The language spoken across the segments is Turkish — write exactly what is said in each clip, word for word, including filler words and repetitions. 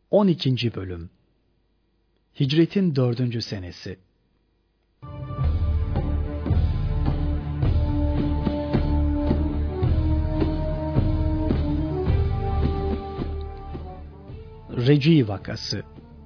on ikinci Bölüm. Hicretin dördüncü senesi. Reci vakası.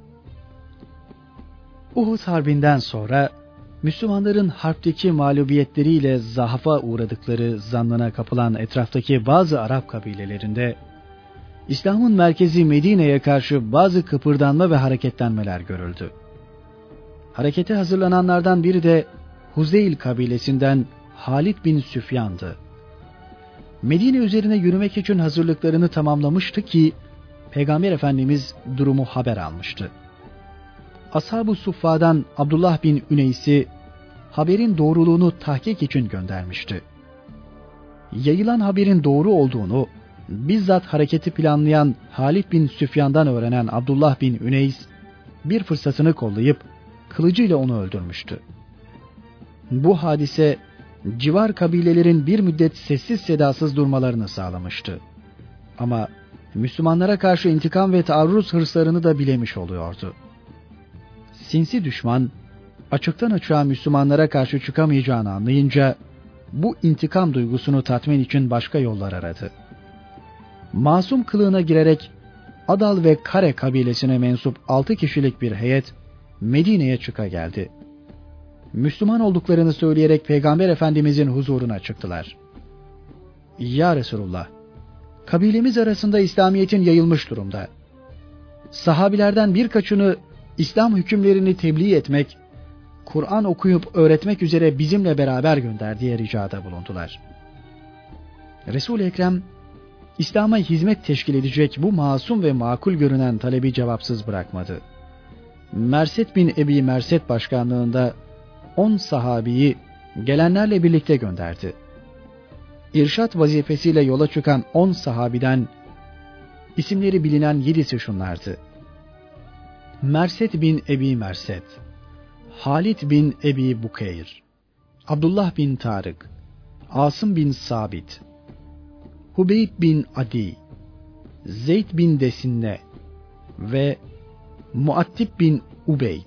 Uhud Harbi'nden sonra Müslümanların harpteki mağlubiyetleriyle zahafa uğradıkları zannına kapılan etraftaki bazı Arap kabilelerinde İslam'ın merkezi Medine'ye karşı bazı kıpırdanma ve hareketlenmeler görüldü. Harekete hazırlananlardan biri de Huzeyl kabilesinden Halid bin Süfyan'dı. Medine üzerine yürümek için hazırlıklarını tamamlamıştı ki Peygamber Efendimiz durumu haber almıştı. Ashab-ı Suffa'dan Abdullah bin Üneys'i haberin doğruluğunu tahkik için göndermişti. Yayılan haberin doğru olduğunu bizzat hareketi planlayan Halid bin Süfyan'dan öğrenen Abdullah bin Üneys bir fırsatını kollayıp kılıcıyla onu öldürmüştü. Bu hadise civar kabilelerin bir müddet sessiz sedasız durmalarını sağlamıştı. Ama Müslümanlara karşı intikam ve taarruz hırslarını da bilemiş oluyordu. Sinsi düşman açıktan açığa Müslümanlara karşı çıkamayacağını anlayınca bu intikam duygusunu tatmin için başka yollar aradı. Masum kılığına girerek Adal ve Kare kabilesine mensup altı kişilik bir heyet Medine'ye çıka geldi. Müslüman olduklarını söyleyerek Peygamber Efendimizin huzuruna çıktılar. Ya Resulullah, kabilemiz arasında İslamiyet'in yayılmış durumda. Sahabilerden birkaçını İslam hükümlerini tebliğ etmek, Kur'an okuyup öğretmek üzere bizimle beraber gönder diye ricada bulundular. Resul-i Ekrem, İslam'a hizmet teşkil edecek bu masum ve makul görünen talebi cevapsız bırakmadı. Merset bin Ebi Merset başkanlığında on sahabiyi gelenlerle birlikte gönderdi. İrşat vazifesiyle yola çıkan on sahabiden isimleri bilinen yedisi şunlardı: Merset bin Ebi Merset, Halid bin Ebi Bukeyr, Abdullah bin Tarık, Asım bin Sabit, Hubeyb bin Adi, Zeyd bin Desinne ve Muattib bin Ubeyd.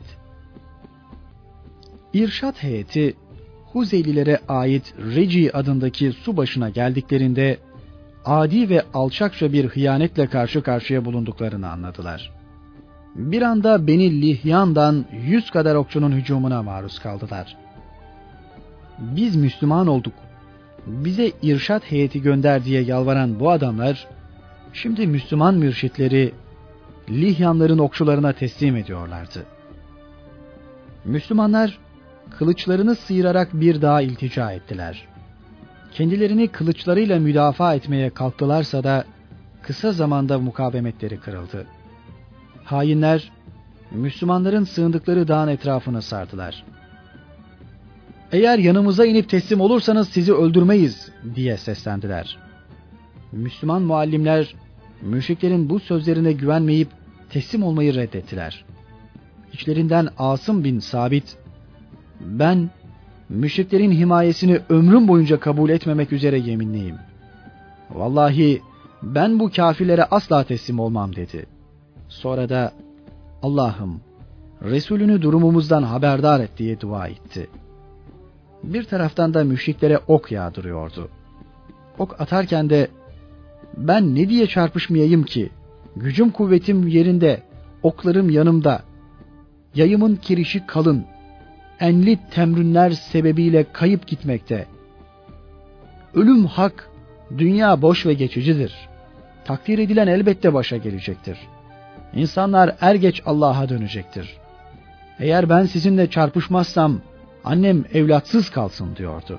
İrşat heyeti Huzeylilere ait Reci adındaki su başına geldiklerinde adi ve alçakça bir hıyanetle karşı karşıya bulunduklarını anladılar. Bir anda Beni Lihyan'dan yüz kadar okçunun hücumuna maruz kaldılar. Biz Müslüman olduk, bize irşat heyeti gönder diye yalvaran bu adamlar, şimdi Müslüman mürşitleri Lihyanların okçularına teslim ediyorlardı. Müslümanlar kılıçlarını sıyırarak bir daha iltica ettiler. Kendilerini kılıçlarıyla müdafaa etmeye kalktılarsa da kısa zamanda mukavemetleri kırıldı. Hainler Müslümanların sığındıkları dağın etrafını sardılar. Eğer yanımıza inip teslim olursanız sizi öldürmeyiz diye seslendiler. Müslüman muallimler müşriklerin bu sözlerine güvenmeyip teslim olmayı reddettiler. İçlerinden Asım bin Sabit, ben müşriklerin himayesini ömrüm boyunca kabul etmemek üzere yeminliyim. Vallahi ben bu kafirlere asla teslim olmam dedi. Sonra da Allah'ım Resulünü durumumuzdan haberdar et diye dua etti. Bir taraftan da müşriklere ok yağdırıyordu. Ok atarken de ben ne diye çarpışmayayım ki? Gücüm kuvvetim yerinde, oklarım yanımda. Yayımın kirişi kalın. Enli temrünler sebebiyle kayıp gitmekte. Ölüm hak, dünya boş ve geçicidir. Takdir edilen elbette başa gelecektir. İnsanlar er geç Allah'a dönecektir. Eğer ben sizinle çarpışmazsam annem evlatsız kalsın diyordu.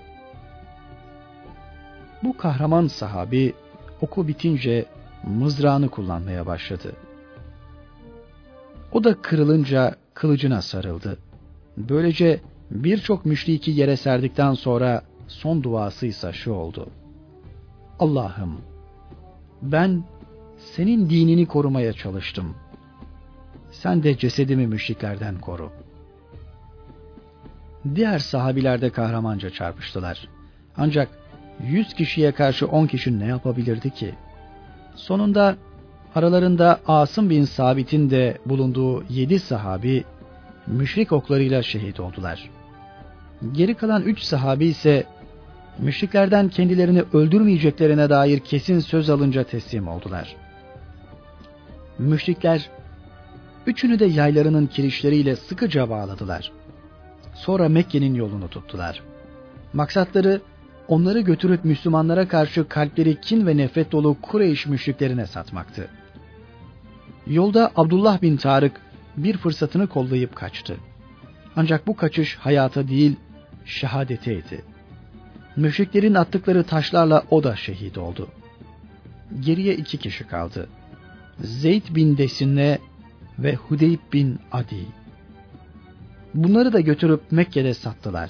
Bu kahraman sahabi oku bitince mızrağını kullanmaya başladı. O da kırılınca kılıcına sarıldı. Böylece birçok müşriki yere serdikten sonra son duasıysa şu oldu: Allah'ım, ben senin dinini korumaya çalıştım. Sen de cesedimi müşriklerden koru. Diğer sahabiler de kahramanca çarpıştılar. Ancak yüz kişiye karşı on kişi ne yapabilirdi ki? Sonunda Aralarında Asım bin Sabit'in de bulunduğu yedi sahabi müşrik oklarıyla şehit oldular. Geri kalan üç sahabi ise müşriklerden kendilerini öldürmeyeceklerine dair kesin söz alınca teslim oldular. Müşrikler üçünü de yaylarının kirişleriyle sıkıca bağladılar. Sonra Mekke'nin yolunu tuttular. Maksatları onları götürüp Müslümanlara karşı kalpleri kin ve nefret dolu Kureyş müşriklerine satmaktı. Yolda Abdullah bin Tarık bir fırsatını kollayıp kaçtı. Ancak bu kaçış hayata değil, şehadeteydi. Müşriklerin attıkları taşlarla o da şehit oldu. Geriye iki kişi kaldı. Zeyd bin Desinne ve Hudeyb bin Adi. Bunları da götürüp Mekke'de sattılar.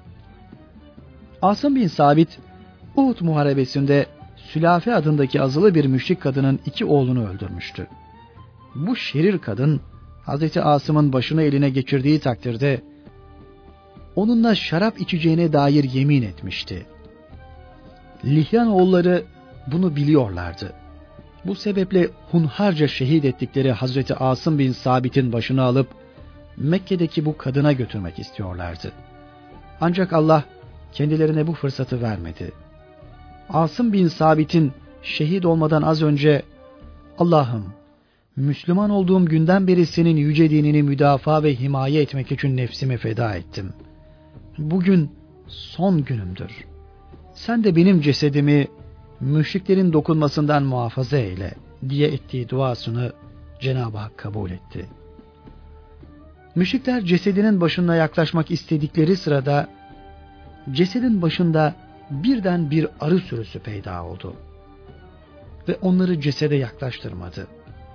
Asım bin Sabit, Uhud muharebesinde Sülafe adındaki azılı bir müşrik kadının iki oğlunu öldürmüştü. Bu şerir kadın, Hazreti Asım'ın başını eline geçirdiği takdirde onunla şarap içeceğine dair yemin etmişti. Lihyan oğulları bunu biliyorlardı. Bu sebeple hunharca şehit ettikleri Hazreti Asım bin Sabit'in başını alıp Mekke'deki bu kadına götürmek istiyorlardı. Ancak Allah kendilerine bu fırsatı vermedi. Asım bin Sabit'in şehit olmadan az önce Allah'ım, Müslüman olduğum günden beri senin yüce dinini müdafaa ve himaye etmek için nefsimi feda ettim. Bugün son günümdür. Sen de benim cesedimi müşriklerin dokunmasından muhafaza eyle diye ettiği duasını Cenab-ı Hak kabul etti. Müşrikler cesedinin başına yaklaşmak istedikleri sırada cesedin başında birden bir arı sürüsü peyda oldu ve onları cesede yaklaştırmadı.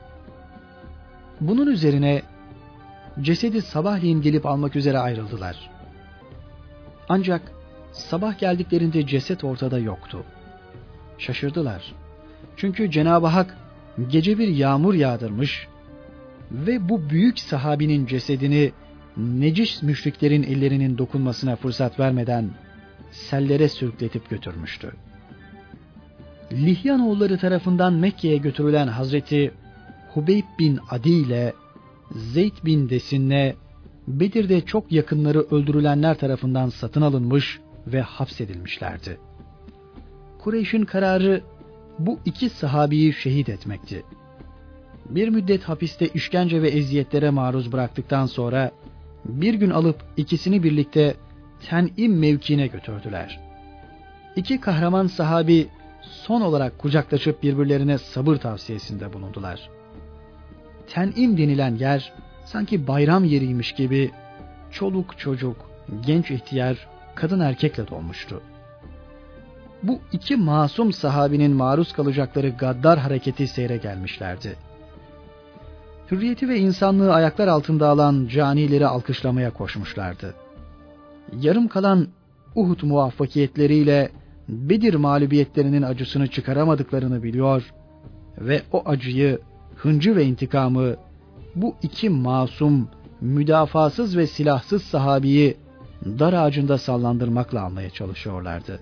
Bunun üzerine cesedi sabahleyin gelip almak üzere ayrıldılar. Ancak sabah geldiklerinde ceset ortada yoktu. Şaşırdılar. Çünkü Cenab-ı Hak gece bir yağmur yağdırmış ve bu büyük sahabinin cesedini necis müşriklerin ellerinin dokunmasına fırsat vermeden sellere sürükletip götürmüştü. Lihyanoğulları tarafından Mekke'ye götürülen Hazreti Hubeyb bin Adi ile Zeyd bin Desinne, Bedir'de çok yakınları öldürülenler tarafından satın alınmış ve hapsedilmişlerdi. Kureyş'in kararı bu iki sahabiyi şehit etmekti. Bir müddet hapiste işkence ve eziyetlere maruz bıraktıktan sonra bir gün alıp ikisini birlikte Ten'im mevkiine götürdüler. İki kahraman sahabi son olarak kucaklaşıp birbirlerine sabır tavsiyesinde bulundular. Ten'im denilen yer sanki bayram yeriymiş gibi çoluk çocuk, genç ihtiyar, kadın erkekle dolmuştu. Bu iki masum sahabinin maruz kalacakları gaddar hareketi seyre gelmişlerdi. Hürriyeti ve insanlığı ayaklar altında alan canileri alkışlamaya koşmuşlardı. Yarım kalan Uhud muvaffakiyetleriyle Bedir mağlubiyetlerinin acısını çıkaramadıklarını biliyor ve o acıyı, hıncı ve intikamı bu iki masum, müdafasız ve silahsız sahabiyi dar ağacında sallandırmakla almaya çalışıyorlardı.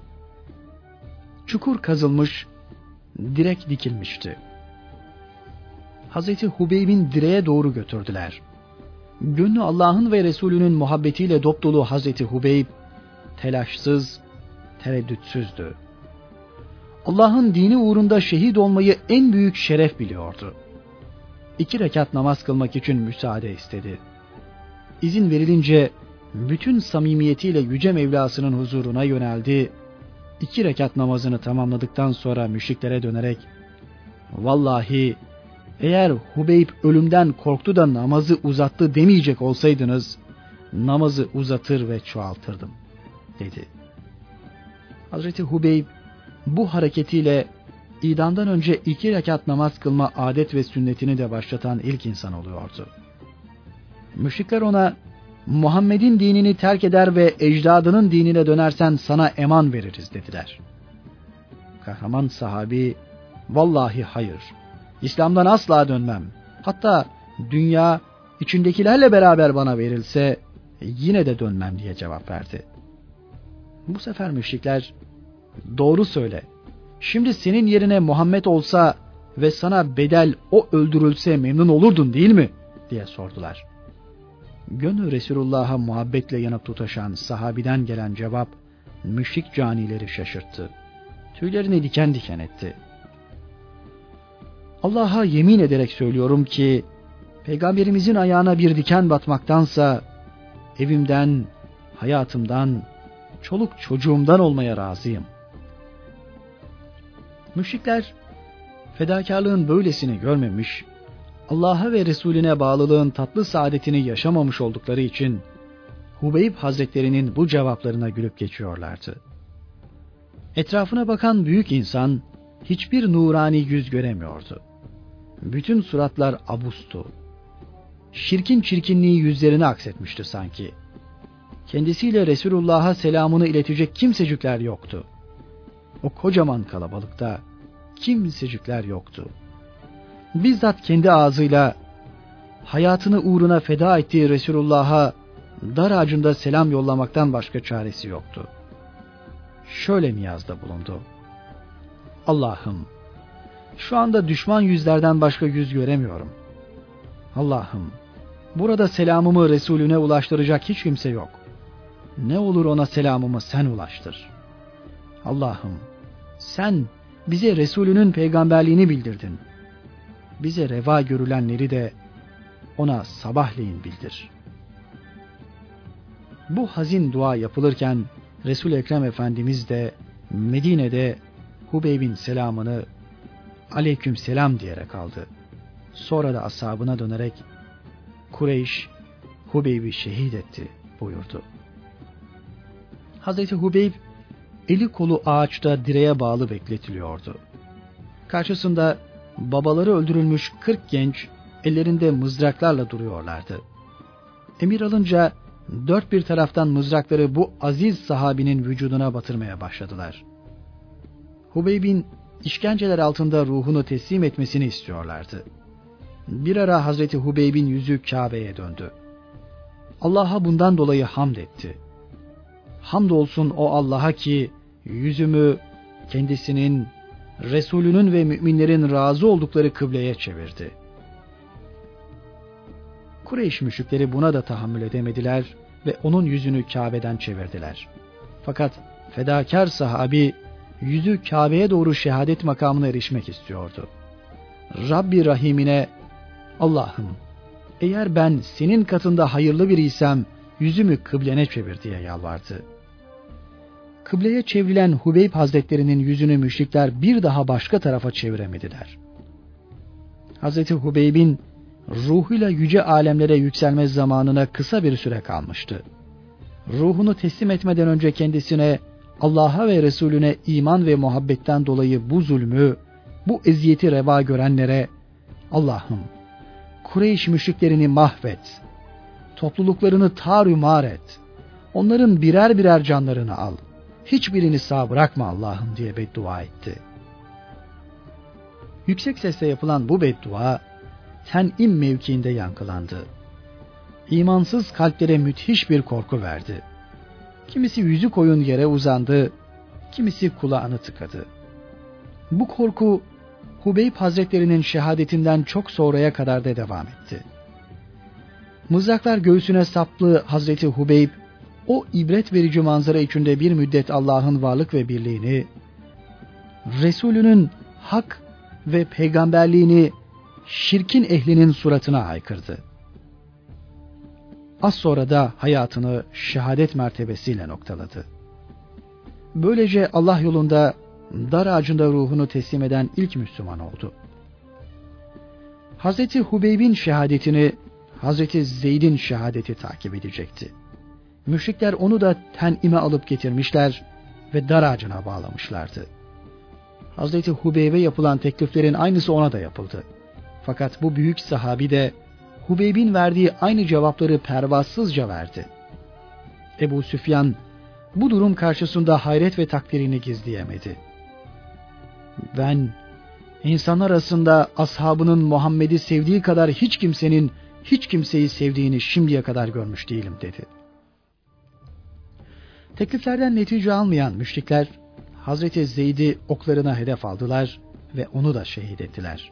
Çukur kazılmış, direk dikilmişti. Hazreti Hubeyb'in direğe doğru götürdüler. Gönlü Allah'ın ve Resulünün muhabbetiyle dopdolu Hazreti Hubeyb, telaşsız, tereddütsüzdü. Allah'ın dini uğrunda şehit olmayı en büyük şeref biliyordu. İki rekat namaz kılmak için müsaade istedi. İzin verilince bütün samimiyetiyle Yüce Mevlasının huzuruna yöneldi. İki rekat namazını tamamladıktan sonra müşriklere dönerek, vallahi eğer Hubeyb ölümden korktu da namazı uzattı demeyecek olsaydınız, namazı uzatır ve çoğaltırdım, dedi. Hazreti Hubeyb bu hareketiyle idamdan önce iki rekat namaz kılma adet ve sünnetini de başlatan ilk insan oluyordu. Müşrikler ona, Muhammed'in dinini terk eder ve ecdadının dinine dönersen sana eman veririz, dediler. Kahraman sahabi, vallahi hayır, İslam'dan asla dönmem. Hatta dünya içindekilerle beraber bana verilse yine de dönmem diye cevap verdi. Bu sefer müşrikler, doğru söyle, şimdi senin yerine Muhammed olsa ve sana bedel o öldürülse memnun olurdun değil mi? Diye sordular. Gönlü Resulullah'a muhabbetle yanıp tutuşan sahabiden gelen cevap, müşrik canileri şaşırttı. Tüylerini diken diken etti. Allah'a yemin ederek söylüyorum ki, Peygamberimizin ayağına bir diken batmaktansa, evimden, hayatımdan, çoluk çocuğumdan olmaya razıyım. Müşrikler, fedakarlığın böylesini görmemiş, Allah'a ve Resulüne bağlılığın tatlı saadetini yaşamamış oldukları için, Hubeyb Hazretlerinin bu cevaplarına gülüp geçiyorlardı. Etrafına bakan büyük insan, hiçbir nurani yüz göremiyordu. Bütün suratlar abustu. Şirkin çirkinliği yüzlerine aksetmişti sanki. Kendisiyle Resulullah'a selamını iletecek kimsecikler yoktu. O kocaman kalabalıkta kimsecikler yoktu. Bizzat kendi ağzıyla hayatını uğruna feda ettiği Resulullah'a dar ağacında selam yollamaktan başka çaresi yoktu. Şöyle niyazda bulundu. Allah'ım, şu anda düşman yüzlerden başka yüz göremiyorum. Allah'ım, burada selamımı Resulüne ulaştıracak hiç kimse yok. Ne olur ona selamımı sen ulaştır. Allah'ım, sen bize Resulünün peygamberliğini bildirdin. Bize reva görülenleri de ona sabahleyin bildir. Bu hazin dua yapılırken Resul-i Ekrem Efendimiz de Medine'de Hubeyb'in selamını aleyküm selam diyerek aldı. Sonra da ashabına dönerek Kureyş Hubeyb'i şehit etti buyurdu. Hazreti Hubeyb eli kolu ağaçta direğe bağlı bekletiliyordu. Karşısında babaları öldürülmüş kırk genç ellerinde mızraklarla duruyorlardı. Emir alınca dört bir taraftan mızrakları bu aziz sahabinin vücuduna batırmaya başladılar. Hubeyb'in işkenceler altında ruhunu teslim etmesini istiyorlardı. Bir ara Hazreti Hubeyb'in yüzü Kabe'ye döndü. Allah'a bundan dolayı hamd etti. Hamdolsun o Allah'a ki yüzümü kendisinin, Resulünün ve müminlerin razı oldukları kıbleye çevirdi. Kureyş müşrikleri buna da tahammül edemediler ve onun yüzünü Kabe'den çevirdiler. Fakat fedakar sahabi yüzü Kabe'ye doğru şehadet makamına erişmek istiyordu. Rabbi Rahim'ine, Allah'ım, eğer ben senin katında hayırlı biriysem yüzümü kıblene çevir diye yalvardı. Kıbleye çevrilen Hubeyb Hazretlerinin yüzünü müşrikler bir daha başka tarafa çeviremediler. Hazreti Hubeyb'in ruhuyla yüce alemlere yükselme zamanına kısa bir süre kalmıştı. Ruhunu teslim etmeden önce kendisine, Allah'a ve Resulüne iman ve muhabbetten dolayı bu zulmü, bu eziyeti reva görenlere, Allah'ım, Kureyş müşriklerini mahvet, topluluklarını tar-ü-mar et, onların birer birer canlarını al, hiçbirini sağ bırakma Allah'ım diye beddua etti. Yüksek sesle yapılan bu beddua, Ten'im mevkiinde yankılandı. İmansız kalplere müthiş bir korku verdi. Kimisi yüzü koyun yere uzandı, kimisi kulağını tıkadı. Bu korku, Hubeyb Hazretlerinin şehadetinden çok sonraya kadar da devam etti. Mızraklar göğsüne saplı Hazreti Hubeyb, o ibret verici manzara içinde bir müddet Allah'ın varlık ve birliğini, Resulünün hak ve peygamberliğini şirkin ehlinin suratına haykırdı. Az sonra da hayatını şehadet mertebesiyle noktaladı. Böylece Allah yolunda dar ağacında ruhunu teslim eden ilk Müslüman oldu. Hazreti Hubeyb'in şehadetini Hazreti Zeyd'in şehadeti takip edecekti. Müşrikler onu da Ten'ime alıp getirmişler ve dar ağacına bağlamışlardı. Hazreti Hubeyb'e yapılan tekliflerin aynısı ona da yapıldı. Fakat bu büyük sahabi de Hubeyb'in verdiği aynı cevapları pervasızca verdi. Ebu Süfyan bu durum karşısında hayret ve takdirini gizleyemedi. Ben insanlar arasında ashabının Muhammed'i sevdiği kadar hiç kimsenin hiç kimseyi sevdiğini şimdiye kadar görmüş değilim dedi. Tekliflerden netice almayan müşrikler Hazreti Zeyd'i oklarına hedef aldılar ve onu da şehit ettiler.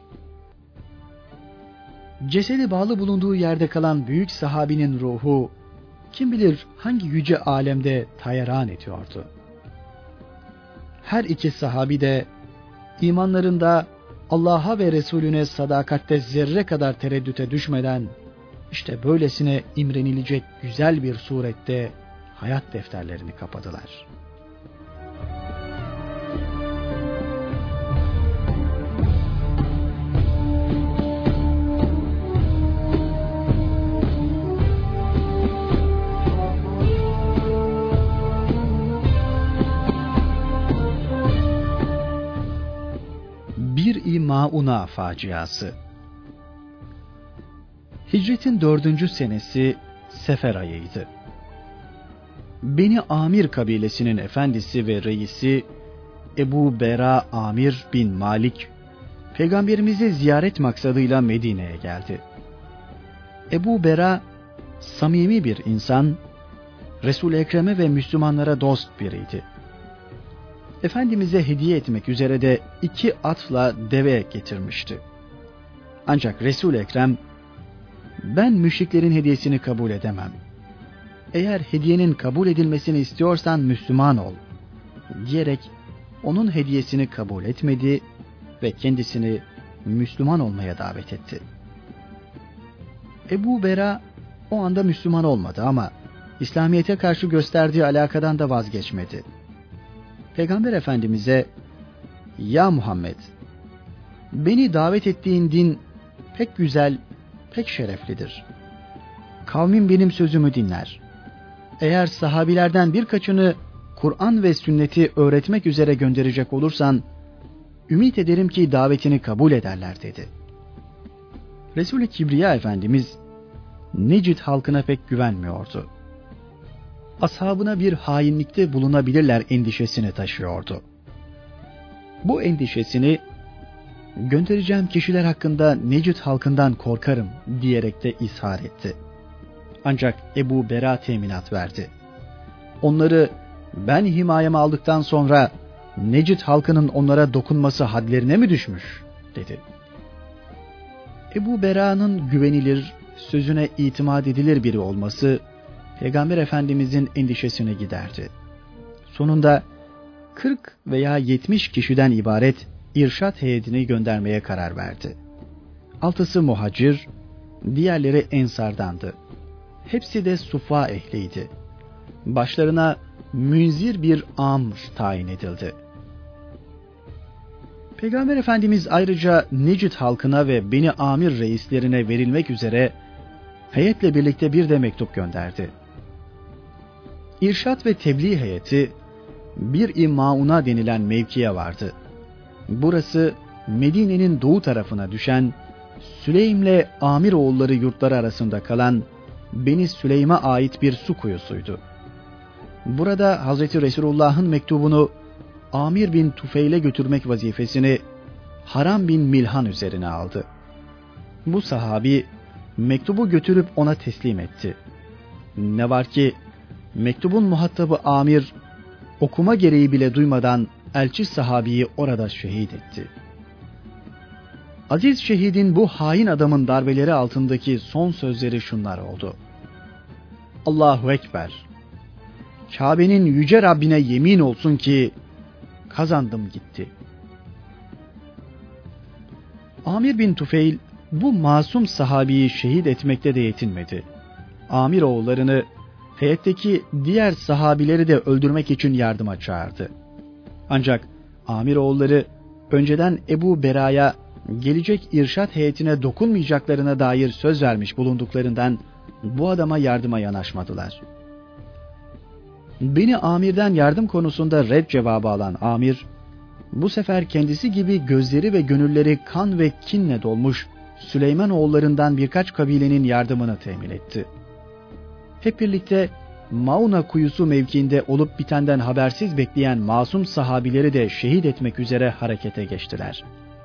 Cesedi bağlı bulunduğu yerde kalan büyük sahabinin ruhu, kim bilir hangi yüce alemde tayaran ediyordu. Her iki sahabi de imanlarında Allah'a ve Resulüne sadakatte zerre kadar tereddüte düşmeden, işte böylesine imrenilecek güzel bir surette hayat defterlerini kapadılar. Bir-i Mauna faciası. Hicretin dördüncü senesi Sefer ayıydı. Beni Amir kabilesinin efendisi ve reisi Ebu Bera Amir bin Malik, Peygamberimizi ziyaret maksadıyla Medine'ye geldi. Ebu Bera, samimi bir insan, Resul-i Ekrem'e ve Müslümanlara dost biriydi. Efendimiz'e hediye etmek üzere de iki atla deve getirmişti. Ancak Resul-i Ekrem, ben müşriklerin hediyesini kabul edemem. Eğer hediyenin kabul edilmesini istiyorsan Müslüman ol, diyerek onun hediyesini kabul etmedi ve kendisini Müslüman olmaya davet etti. Ebu Bera o anda Müslüman olmadı ama İslamiyet'e karşı gösterdiği alakadan da vazgeçmedi. Peygamber Efendimiz'e, ya Muhammed, beni davet ettiğin din pek güzel, pek şereflidir. Kavmim benim sözümü dinler. Eğer sahabilerden birkaçını Kur'an ve sünneti öğretmek üzere gönderecek olursan, ümit ederim ki davetini kabul ederler dedi. Resul-i Kibriya Efendimiz, Necid halkına pek güvenmiyordu. Ashabına bir hainlikte bulunabilirler endişesini taşıyordu. Bu endişesini, göndereceğim kişiler hakkında Necid halkından korkarım diyerek de izhar etti. Ancak Ebu Bera teminat verdi. Onları ben himayeme aldıktan sonra Necid halkının onlara dokunması hadlerine mi düşmüş dedi. Ebu Bera'nın güvenilir, sözüne itimat edilir biri olması Peygamber Efendimizin endişesini giderdi. Sonunda kırk veya yetmiş kişiden ibaret irşat heyetini göndermeye karar verdi. Altısı muhacir, diğerleri ensardandı. Hepsi de Sufa ehliydi. Başlarına münzir bir amr tayin edildi. Peygamber Efendimiz ayrıca Necid halkına ve Beni Amir reislerine verilmek üzere heyetle birlikte bir de mektup gönderdi. İrşat ve tebliğ heyeti Bir-i Mauna denilen mevkiye vardı. Burası Medine'nin doğu tarafına düşen Süleym'le Amir oğulları yurtları arasında kalan Beni Süleym'e ait bir su kuyusuydu. Burada Hazreti Resulullah'ın mektubunu Amir bin Tufeil'e götürmek vazifesini Haram bin Milhan üzerine aldı. Bu sahabi mektubu götürüp ona teslim etti. Ne var ki mektubun muhatabı Amir okuma gereği bile duymadan elçi sahabiyi orada şehit etti. Aziz şehidin bu hain adamın darbeleri altındaki son sözleri şunlar oldu. Allahu Ekber. Kabe'nin yüce Rabbine yemin olsun ki kazandım gitti. Amir bin Tufeil bu masum sahabiyi şehit etmekte de yetinmedi. Amir oğullarını, heyetteki diğer sahabileri de öldürmek için yardıma çağırdı. Ancak Amir oğulları önceden Ebu Bera'ya gelecek irşat heyetine dokunmayacaklarına dair söz vermiş bulunduklarından bu adama yardıma yanaşmadılar. Beni Amir'den yardım konusunda red cevabı alan Amir, bu sefer kendisi gibi gözleri ve gönülleri kan ve kinle dolmuş Süleyman oğullarından birkaç kabilenin yardımını temin etti. Hep birlikte Mauna kuyusu mevkiinde olup bitenden habersiz bekleyen masum sahabileri de şehit etmek üzere harekete geçtiler.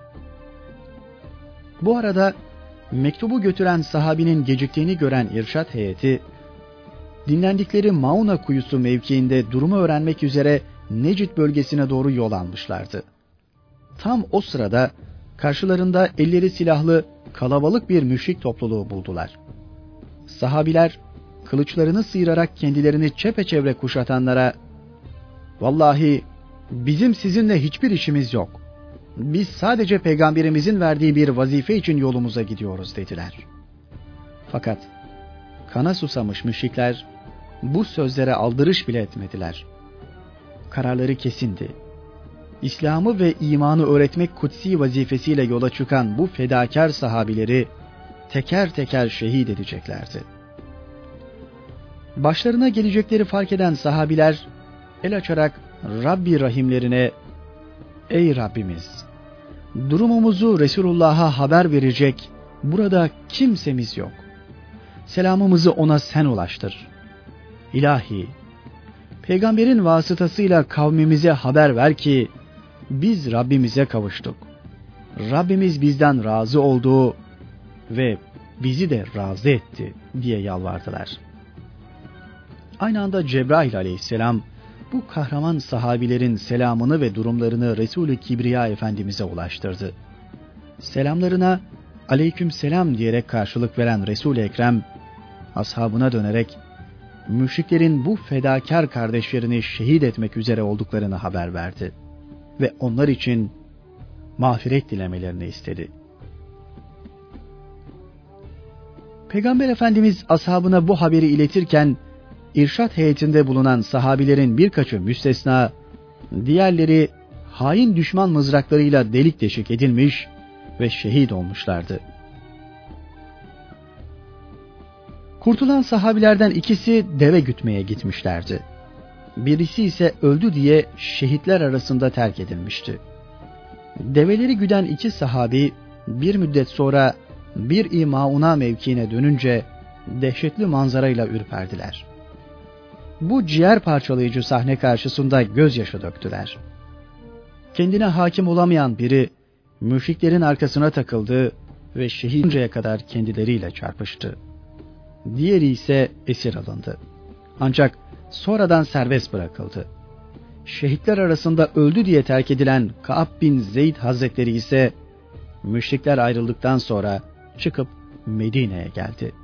Bu arada mektubu götüren sahabinin geciktiğini gören irşat heyeti, dinlendikleri Mauna kuyusu mevkiinde durumu öğrenmek üzere Necid bölgesine doğru yol almışlardı. Tam o sırada karşılarında elleri silahlı kalabalık bir müşrik topluluğu buldular. Sahabiler kılıçlarını sıyırarak kendilerini çepeçevre kuşatanlara, "Vallahi bizim sizinle hiçbir işimiz yok. Biz sadece peygamberimizin verdiği bir vazife için yolumuza gidiyoruz," dediler. Fakat kana susamış müşrikler bu sözlere aldırış bile etmediler. Kararları kesindi. İslam'ı ve imanı öğretmek kutsi vazifesiyle yola çıkan bu fedakar sahabileri teker teker şehit edeceklerdi. Başlarına gelecekleri fark eden sahabiler el açarak Rabbi rahimlerine, "Ey Rabbimiz, durumumuzu Resulullah'a haber verecek burada kimsemiz yok. Selamımızı ona sen ulaştır. İlahi, peygamberin vasıtasıyla kavmimize haber ver ki biz Rabbimize kavuştuk. Rabbimiz bizden razı oldu ve bizi de razı etti," diye yalvardılar. Aynı anda Cebrail aleyhisselam bu kahraman sahabilerin selamını ve durumlarını Resul-i Kibriya Efendimiz'e ulaştırdı. Selamlarına aleyküm selam diyerek karşılık veren Resul-i Ekrem, ashabına dönerek müşriklerin bu fedakar kardeşlerini şehit etmek üzere olduklarını haber verdi ve onlar için mağfiret dilemelerini istedi. Peygamber Efendimiz ashabına bu haberi iletirken irşat heyetinde bulunan sahabilerin birkaçı müstesna, diğerleri hain düşman mızraklarıyla delik deşik edilmiş ve şehit olmuşlardı. Kurtulan sahabilerden ikisi deve gütmeye gitmişlerdi. Birisi ise öldü diye şehitler arasında terk edilmişti. Develeri güden iki sahabi bir müddet sonra bir mauna mevkiine dönünce dehşetli manzarayla ürperdiler. Bu ciğer parçalayıcı sahne karşısında gözyaşı döktüler. Kendine hakim olamayan biri müşriklerin arkasına takıldı ve şehidinceye kadar kendileriyle çarpıştı. Diğeri ise esir alındı. Ancak sonradan serbest bırakıldı. Şehitler arasında öldü diye terk edilen Ka'b bin Zeyd Hazretleri ise müşrikler ayrıldıktan sonra çıkıp Medine'ye geldi.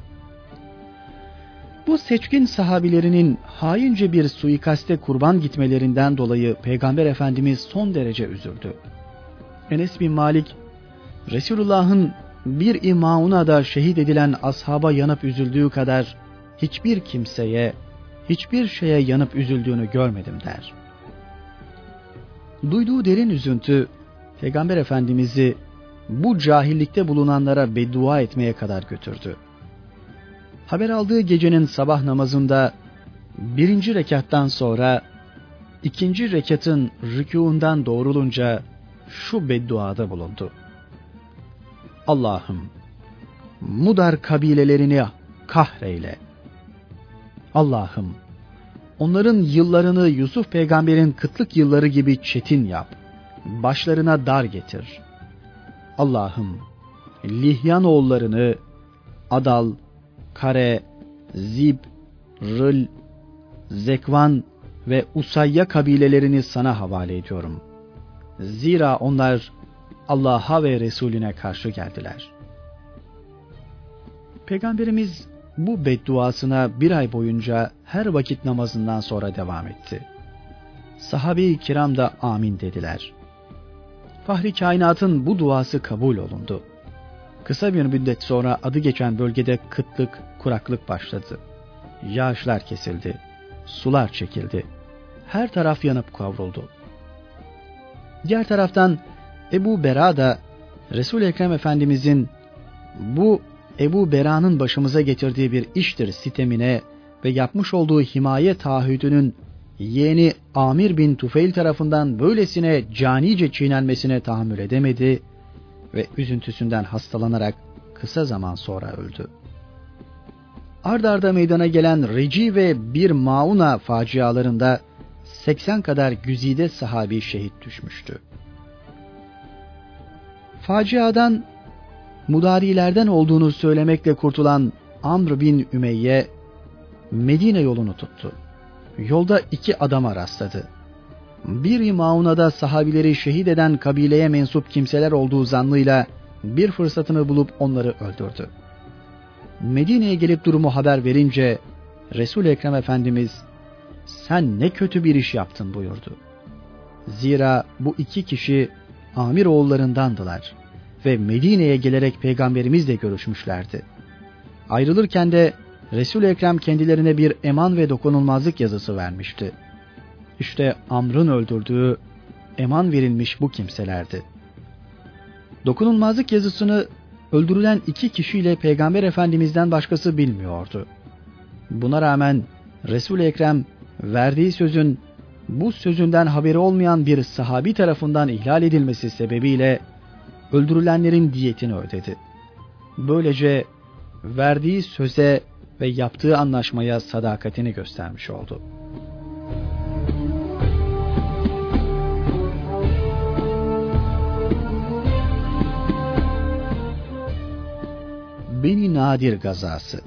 Bu seçkin sahabilerinin haince bir suikaste kurban gitmelerinden dolayı Peygamber Efendimiz son derece üzüldü. Enes bin Malik, Resulullah'ın bir imauna da şehit edilen ashaba yanıp üzüldüğü kadar hiçbir kimseye, hiçbir şeye yanıp üzüldüğünü görmedim der. Duyduğu derin üzüntü, Peygamber Efendimiz'i bu cahillikte bulunanlara beddua etmeye kadar götürdü. Haber aldığı gecenin sabah namazında birinci rekattan sonra ikinci rekatın rükûundan doğrulunca şu bedduada bulundu: "Allah'ım, Mudar kabilelerini kahreyle. Allah'ım, onların yıllarını Yusuf peygamberin kıtlık yılları gibi çetin yap. Başlarına dar getir. Allah'ım, Lihyan oğullarını Adal, Kare, Zib, Rıl, Zekvan ve Usayya kabilelerini sana havale ediyorum. Zira onlar Allah'a ve Resulüne karşı geldiler." Peygamberimiz bu bedduasına bir ay boyunca her vakit namazından sonra devam etti. Sahabe-i kiram da amin dediler. Fahri kainatın bu duası kabul olundu. Kısa bir müddet sonra adı geçen bölgede kıtlık, kuraklık başladı. Yağışlar kesildi, sular çekildi. Her taraf yanıp kavruldu. Diğer taraftan Ebu Bera da Resul-i Ekrem Efendimizin bu Ebu Bera'nın başımıza getirdiği bir iştir sitemine ve yapmış olduğu himaye taahhüdünün yeğeni Amir bin Tufeil tarafından böylesine canice çiğnenmesine tahammül edemedi ve üzüntüsünden hastalanarak kısa zaman sonra öldü. Ard arda meydana gelen Reci ve bir Mauna facialarında seksen kadar güzide sahabi şehit düşmüştü. Faciadan mudarilerden olduğunu söylemekle kurtulan Amr bin Ümeyye Medine yolunu tuttu. Yolda iki adama rastladı. Bir Mauna'da sahabileri şehit eden kabileye mensup kimseler olduğu zannıyla bir fırsatını bulup onları öldürdü. Medine'ye gelip durumu haber verince Resul-i Ekrem Efendimiz "Sen ne kötü bir iş yaptın" buyurdu. Zira bu iki kişi Amir oğullarındandılar ve Medine'ye gelerek peygamberimizle görüşmüşlerdi. Ayrılırken de Resul-i Ekrem kendilerine bir eman ve dokunulmazlık yazısı vermişti. İşte Amr'ın öldürdüğü, eman verilmiş bu kimselerdi. Dokunulmazlık yazısını öldürülen iki kişiyle Peygamber Efendimiz'den başkası bilmiyordu. Buna rağmen Resul-i Ekrem verdiği sözün bu sözünden haberi olmayan bir sahabi tarafından ihlal edilmesi sebebiyle öldürülenlerin diyetini ödedi. Böylece verdiği söze ve yaptığı anlaşmaya sadakatini göstermiş oldu. Beni Nadir gazası.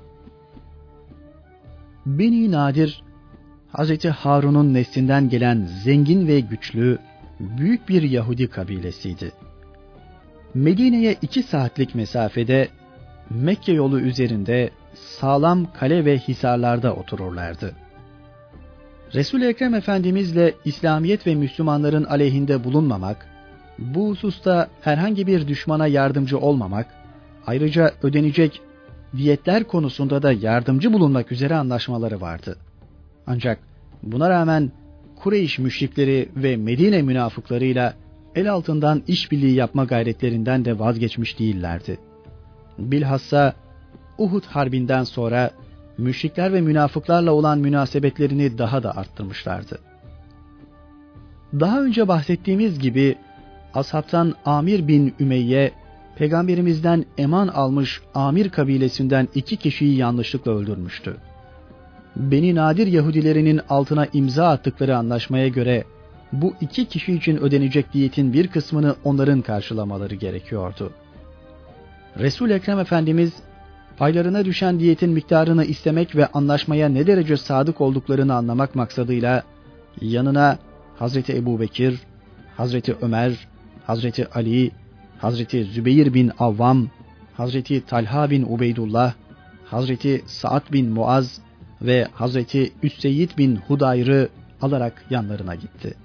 Beni Nadir, Hazreti Harun'un neslinden gelen zengin ve güçlü, büyük bir Yahudi kabilesiydi. Medine'ye iki saatlik mesafede, Mekke yolu üzerinde sağlam kale ve hisarlarda otururlardı. Resul-i Ekrem Efendimizle İslamiyet ve Müslümanların aleyhinde bulunmamak, bu hususta herhangi bir düşmana yardımcı olmamak, ayrıca ödenecek diyetler konusunda da yardımcı bulunmak üzere anlaşmaları vardı. Ancak buna rağmen Kureyş müşrikleri ve Medine münafıklarıyla el altından işbirliği yapma gayretlerinden de vazgeçmiş değillerdi. Bilhassa Uhud Harbi'nden sonra müşrikler ve münafıklarla olan münasebetlerini daha da arttırmışlardı. Daha önce bahsettiğimiz gibi ashabtan Amir bin Ümeyye, Peygamberimizden eman almış Amir kabilesinden iki kişiyi yanlışlıkla öldürmüştü. Beni Nadir Yahudilerinin altına imza attıkları anlaşmaya göre bu iki kişi için ödenecek diyetin bir kısmını onların karşılamaları gerekiyordu. Resul-i Ekrem Efendimiz paylarına düşen diyetin miktarını istemek ve anlaşmaya ne derece sadık olduklarını anlamak maksadıyla yanına Hazreti Ebubekir, Hazreti Ömer, Hazreti Ali, Hazreti Zübeyir bin Avvam, Hazreti Talha bin Ubeydullah, Hazreti Sa'd bin Muaz ve Hazreti Üseyd bin Hudayr'ı alarak yanlarına gitti.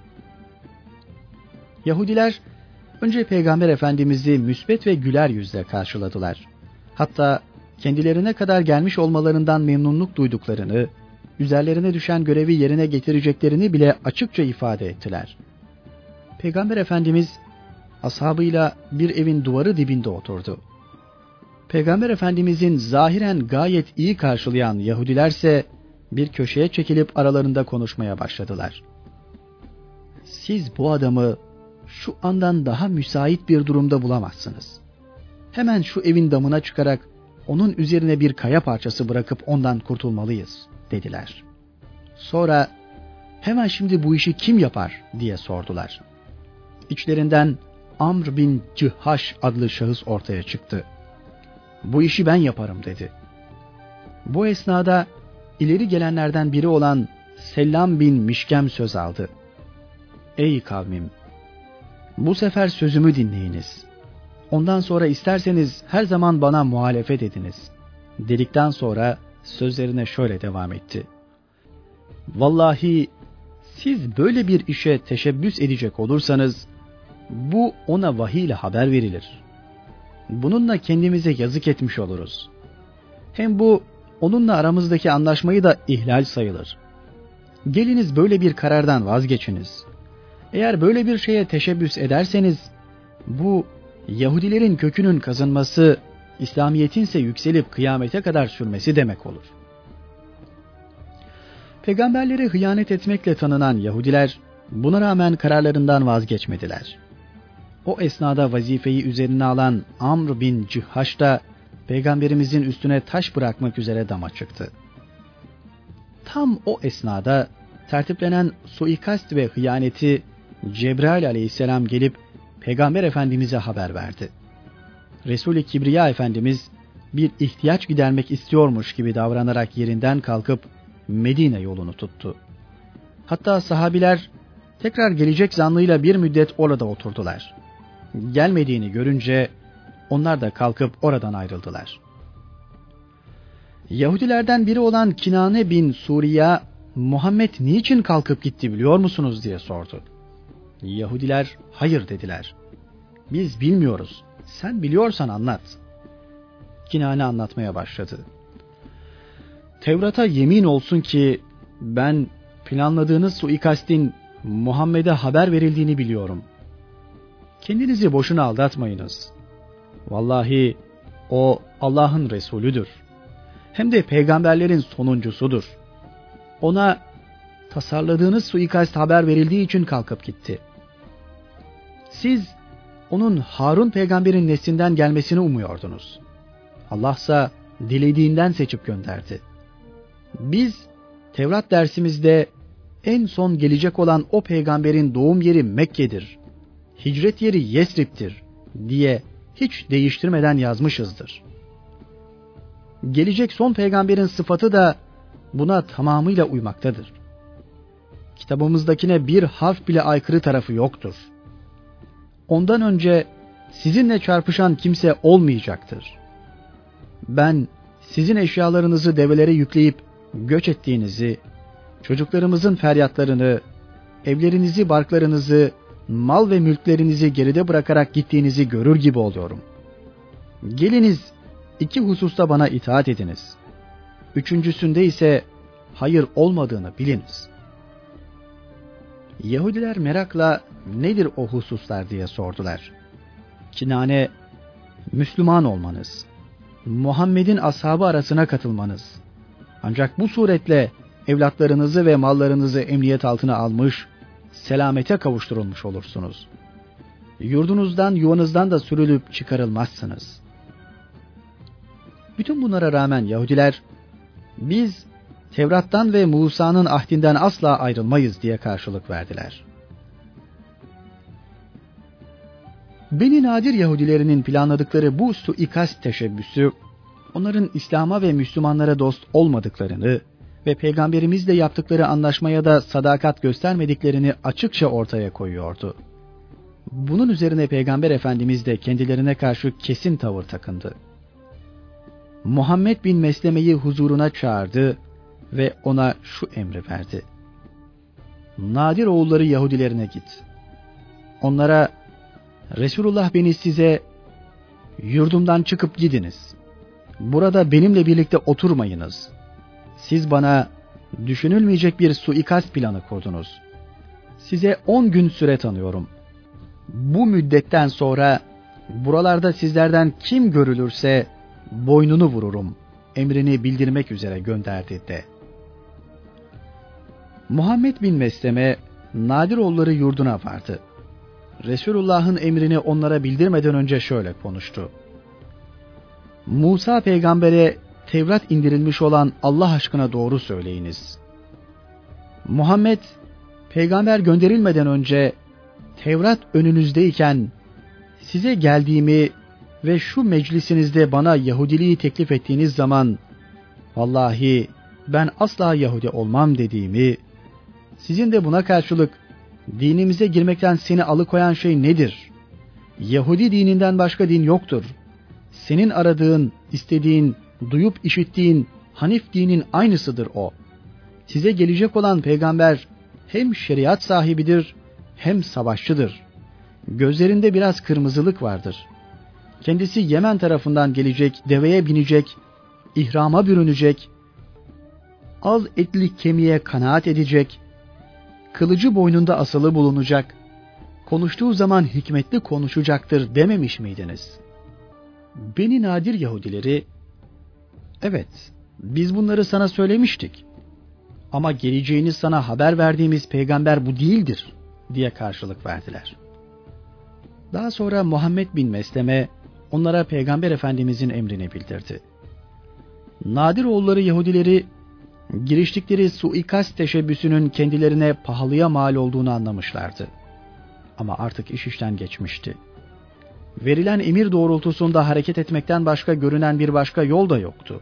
Yahudiler önce Peygamber Efendimiz'i müsbet ve güler yüzle karşıladılar. Hatta kendilerine kadar gelmiş olmalarından memnunluk duyduklarını, üzerlerine düşen görevi yerine getireceklerini bile açıkça ifade ettiler. Peygamber Efendimiz ashabıyla bir evin duvarı dibinde oturdu. Peygamber Efendimizin zahiren gayet iyi karşılayan Yahudilerse bir köşeye çekilip aralarında konuşmaya başladılar. Siz bu adamı şu andan daha müsait bir durumda bulamazsınız. Hemen şu evin damına çıkarak onun üzerine bir kaya parçası bırakıp ondan kurtulmalıyız dediler. Sonra hemen şimdi bu işi kim yapar diye sordular. İçlerinden Amr bin Cihhaş adlı şahıs ortaya çıktı. Bu işi ben yaparım dedi. Bu esnada ileri gelenlerden biri olan Sellam bin Mişkem söz aldı. Ey kavmim! Bu sefer sözümü dinleyiniz. Ondan sonra isterseniz her zaman bana muhalefet ediniz. Dedikten sonra sözlerine şöyle devam etti. Vallahi siz böyle bir işe teşebbüs edecek olursanız bu ona vahiy ile haber verilir. Bununla kendimize yazık etmiş oluruz. Hem bu onunla aramızdaki anlaşmayı da ihlal sayılır. Geliniz böyle bir karardan vazgeçiniz. Eğer böyle bir şeye teşebbüs ederseniz bu Yahudilerin kökünün kazınması, İslamiyet'in ise yükselip kıyamete kadar sürmesi demek olur. Peygamberlere hıyanet etmekle tanınan Yahudiler buna rağmen kararlarından vazgeçmediler. O esnada vazifeyi üzerine alan Amr bin Cihhaş da Peygamberimizin üstüne taş bırakmak üzere dama çıktı. Tam o esnada tertiplenen suikast ve hıyaneti Cebrail aleyhisselam gelip Peygamber Efendimiz'e haber verdi. Resul-i Kibriya Efendimiz bir ihtiyaç gidermek istiyormuş gibi davranarak yerinden kalkıp Medine yolunu tuttu. Hatta sahabiler Tekrar gelecek zannıyla bir müddet orada oturdular. Gelmediğini görünce onlar da kalkıp oradan ayrıldılar. Yahudilerden biri olan Kinane bin Suriye, Muhammed niçin kalkıp gitti biliyor musunuz diye sordu. Yahudiler hayır dediler. Biz bilmiyoruz. Sen biliyorsan anlat. Kinane anlatmaya başladı. Tevrat'a yemin olsun ki ben planladığınız suikastin Muhammed'e haber verildiğini biliyorum. Kendinizi boşuna aldatmayınız. Vallahi o Allah'ın Resulüdür. Hem de peygamberlerin sonuncusudur. Ona tasarladığınız suikast haber verildiği için kalkıp gitti. Siz onun Harun peygamberin neslinden gelmesini umuyordunuz. Allah'sa dilediğinden seçip gönderdi. Biz Tevrat dersimizde en son gelecek olan o peygamberin doğum yeri Mekke'dir, hicret yeri Yesrib'tir diye hiç değiştirmeden yazmışızdır. Gelecek son peygamberin sıfatı da buna tamamıyla uymaktadır. Kitabımızdakine bir harf bile aykırı tarafı yoktur. Ondan önce sizinle çarpışan kimse olmayacaktır. Ben sizin eşyalarınızı develere yükleyip göç ettiğinizi, çocuklarımızın feryatlarını, evlerinizi, barklarınızı, mal ve mülklerinizi geride bırakarak gittiğinizi görür gibi oluyorum. Geliniz iki hususta bana itaat ediniz. Üçüncüsünde ise hayır olmadığını biliniz. Yahudiler merakla nedir o hususlar diye sordular. Kinane, Müslüman olmanız, Muhammed'in ashabı arasına katılmanız, ancak bu suretle evlatlarınızı ve mallarınızı emniyet altına almış, selamete kavuşturulmuş olursunuz. Yurdunuzdan, yuvanızdan da sürülüp çıkarılmazsınız. Bütün bunlara rağmen Yahudiler, biz Tevrat'tan ve Musa'nın ahdinden asla ayrılmayız diye karşılık verdiler. Beni Nadir Yahudilerinin planladıkları bu suikast teşebbüsü, onların İslam'a ve Müslümanlara dost olmadıklarını ve Peygamberimizle yaptıkları anlaşmaya da sadakat göstermediklerini açıkça ortaya koyuyordu. Bunun üzerine Peygamber Efendimiz de kendilerine karşı kesin tavır takındı. Muhammed bin Mesleme'yi huzuruna çağırdı ve ona şu emri verdi. Nadir oğulları Yahudilerine git. Onlara, Resulullah beni size, yurdumdan çıkıp gidiniz. Burada benimle birlikte oturmayınız. Siz bana düşünülmeyecek bir suikast planı kurdunuz. Size on gün süre tanıyorum. Bu müddetten sonra buralarda sizlerden kim görülürse boynunu vururum emrini bildirmek üzere gönderdi de. Muhammed bin Mesleme Nadiroğulları yurduna vardı. Resulullah'ın emrini onlara bildirmeden önce şöyle konuştu. Musa peygambere Tevrat indirilmiş olan Allah aşkına doğru söyleyiniz. Muhammed peygamber gönderilmeden önce Tevrat önünüzdeyken size geldiğimi ve şu meclisinizde bana Yahudiliği teklif ettiğiniz zaman vallahi ben asla Yahudi olmam dediğimi, sizin de buna karşılık dinimize girmekten seni alıkoyan şey nedir? Yahudi dininden başka din yoktur. Senin aradığın, istediğin, duyup işittiğin Hanif dinin aynısıdır o. Size gelecek olan peygamber hem şeriat sahibidir hem savaşçıdır. Gözlerinde biraz kırmızılık vardır. Kendisi Yemen tarafından gelecek, deveye binecek, ihrama bürünecek, az etli kemiğe kanaat edecek, kılıcı boynunda asılı bulunacak, konuştuğu zaman hikmetli konuşacaktır dememiş miydiniz? Beni Nadir Yahudileri, evet biz bunları sana söylemiştik ama geleceğini sana haber verdiğimiz peygamber bu değildir diye karşılık verdiler. Daha sonra Muhammed bin Mesleme onlara Peygamber Efendimizin emrini bildirdi. Nadir oğulları Yahudileri giriştikleri suikast teşebbüsünün kendilerine pahalıya mal olduğunu anlamışlardı. Ama artık iş işten geçmişti. Verilen emir doğrultusunda hareket etmekten başka görünen bir başka yol da yoktu.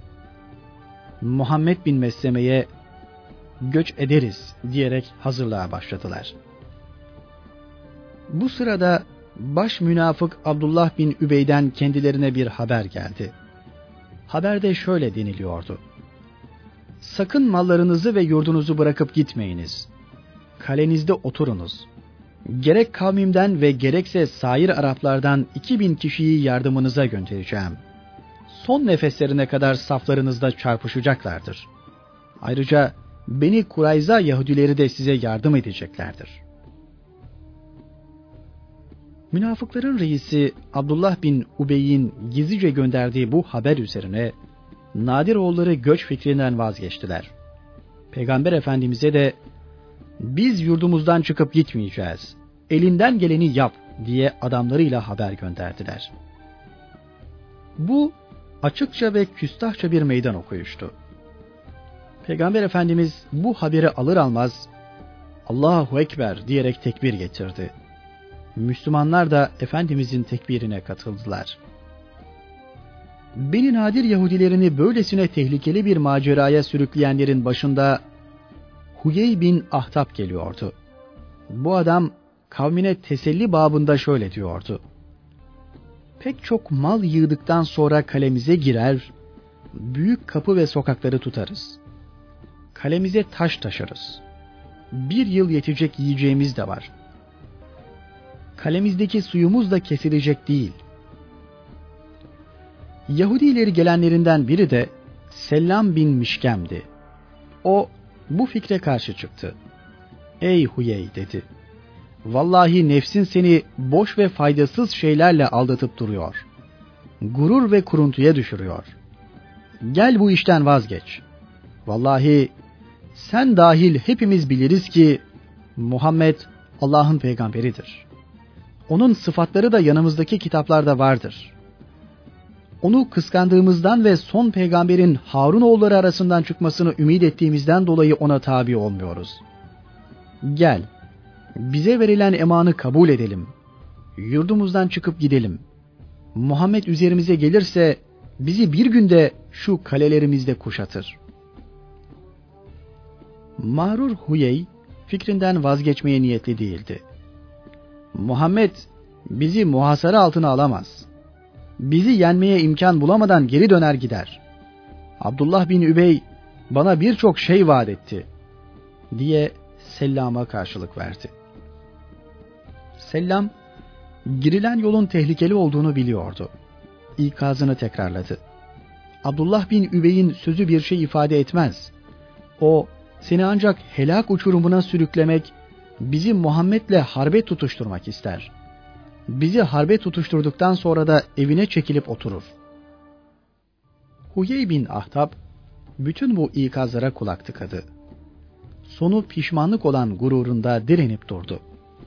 Muhammed bin Mesleme'ye göç ederiz diyerek hazırlığa başladılar. Bu sırada baş münafık Abdullah bin Übey'den kendilerine bir haber geldi. Haberde şöyle deniliyordu: sakın mallarınızı ve yurdunuzu bırakıp gitmeyiniz. Kalenizde oturunuz. Gerek kavmimden ve gerekse sair Araplardan iki bin kişiyi yardımınıza göndereceğim. Son nefeslerine kadar saflarınızda çarpışacaklardır. Ayrıca Beni Kurayza Yahudileri de size yardım edeceklerdir. Münafıkların reisi Abdullah bin Ubey'in gizlice gönderdiği bu haber üzerine Nadiroğulları göç fikrinden vazgeçtiler. Peygamber Efendimiz'e de biz yurdumuzdan çıkıp gitmeyeceğiz, elinden geleni yap diye adamlarıyla haber gönderdiler. Bu açıkça ve küstahça bir meydan okuyuştu. Peygamber Efendimiz bu haberi alır almaz Allahu Ekber diyerek tekbir getirdi. Müslümanlar da Efendimizin tekbirine katıldılar. Beni Nadir Yahudilerini böylesine tehlikeli bir maceraya sürükleyenlerin başında Huyey bin Ahtab geliyordu. Bu adam kavmine teselli babında şöyle diyordu: pek çok mal yığdıktan sonra kalemize girer, büyük kapı ve sokakları tutarız. Kalemize taş taşırız. Bir yıl yetecek yiyeceğimiz de var. Kalemizdeki suyumuz da kesilecek değil. Yahudileri gelenlerinden biri de Sellam bin Mişkem'di. O bu fikre karşı çıktı. Ey Huyey dedi. Vallahi nefsin seni boş ve faydasız şeylerle aldatıp duruyor. Gurur ve kuruntuya düşürüyor. Gel bu işten vazgeç. Vallahi sen dahil hepimiz biliriz ki Muhammed Allah'ın peygamberidir. Onun sıfatları da yanımızdaki kitaplarda vardır. Onu kıskandığımızdan ve son peygamberin Harunoğulları arasından çıkmasını ümit ettiğimizden dolayı ona tabi olmuyoruz. Gel, bize verilen emanı kabul edelim. Yurdumuzdan çıkıp gidelim. Muhammed üzerimize gelirse bizi bir günde şu kalelerimizde kuşatır. Mağrur Huyey fikrinden vazgeçmeye niyetli değildi. Muhammed bizi muhasara altına alamaz. Bizi yenmeye imkan bulamadan geri döner gider. Abdullah bin Übey bana birçok şey vaat etti diye Sellam'a karşılık verdi. Sellam girilen yolun tehlikeli olduğunu biliyordu. İkazını tekrarladı. Abdullah bin Übey'in sözü bir şey ifade etmez. O seni ancak helak uçurumuna sürüklemek, bizi Muhammed'le harbe tutuşturmak ister. Bizi harbe tutuşturduktan sonra da evine çekilip oturur. Huyey bin Ahtab bütün bu ikazlara kulak tıkadı. Sonu pişmanlık olan gururunda direnip durdu.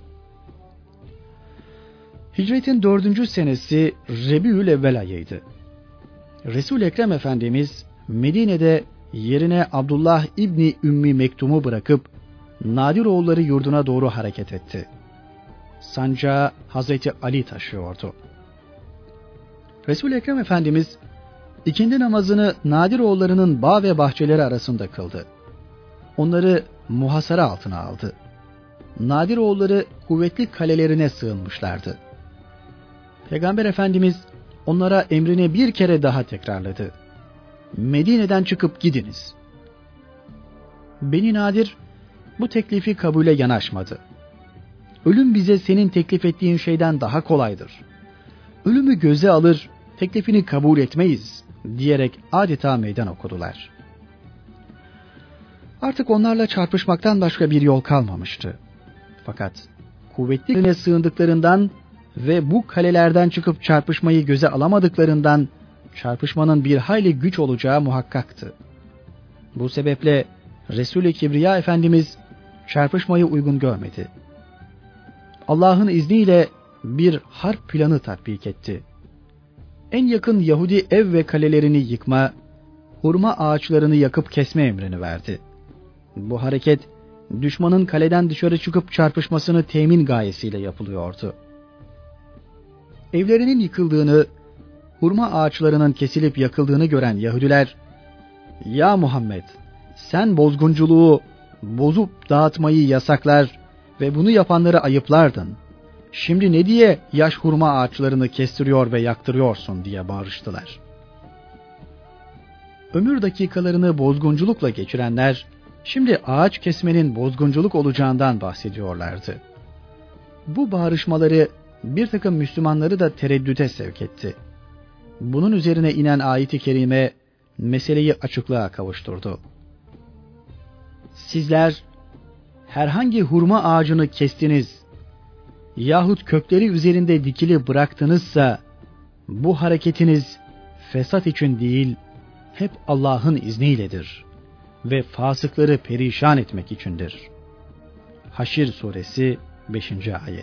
Hicretin dördüncü senesi Rebiülevvel ayıydı. Resul-i Ekrem Efendimiz Medine'de yerine Abdullah İbni Ümmi Mektum'u bırakıp Nadiroğulları yurduna doğru hareket etti. Sancağı Hazreti Ali taşıyordu. Resul-i Ekrem Efendimiz ikindi namazını Nadiroğullarının bağ ve bahçeleri arasında kıldı. Onları muhasara altına aldı. Nadiroğulları kuvvetli kalelerine sığınmışlardı. Peygamber Efendimiz onlara emrini bir kere daha tekrarladı. Medine'den çıkıp gidiniz. Beni Nadir bu teklifi kabule yanaşmadı. Ölüm bize senin teklif ettiğin şeyden daha kolaydır. Ölümü göze alır, teklifini kabul etmeyiz diyerek adeta meydan okudular. Artık onlarla çarpışmaktan başka bir yol kalmamıştı. Fakat kuvvetli sığındıklarından ve bu kalelerden çıkıp çarpışmayı göze alamadıklarından çarpışmanın bir hayli güç olacağı muhakkaktı. Bu sebeple Resul-i Kibriya Efendimiz çarpışmayı uygun görmedi. Allah'ın izniyle bir harp planı tatbik etti. En yakın Yahudi ev ve kalelerini yıkma, hurma ağaçlarını yakıp kesme emrini verdi. Bu hareket düşmanın kaleden dışarı çıkıp çarpışmasını temin gayesiyle yapılıyordu. Evlerinin yıkıldığını, hurma ağaçlarının kesilip yakıldığını gören Yahudiler, "Ya Muhammed, sen bozgunculuğu, bozup dağıtmayı yasaklar ve bunu yapanları ayıplardın. şimdi ne diye yaş hurma ağaçlarını kestiriyor ve yaktırıyorsun diye bağırıştılar. Ömür dakikalarını bozgunculukla geçirenler, şimdi ağaç kesmenin bozgunculuk olacağından bahsediyorlardı. Bu bağırışmaları bir takım Müslümanları da tereddüte sevk etti. Bunun üzerine inen ayet-i kerime meseleyi açıklığa kavuşturdu. Sizler herhangi hurma ağacını kestiniz yahut kökleri üzerinde dikili bıraktınızsa bu hareketiniz fesat için değil, hep Allah'ın izniyledir ve fasıkları perişan etmek içindir. Haşr suresi beşinci ayet.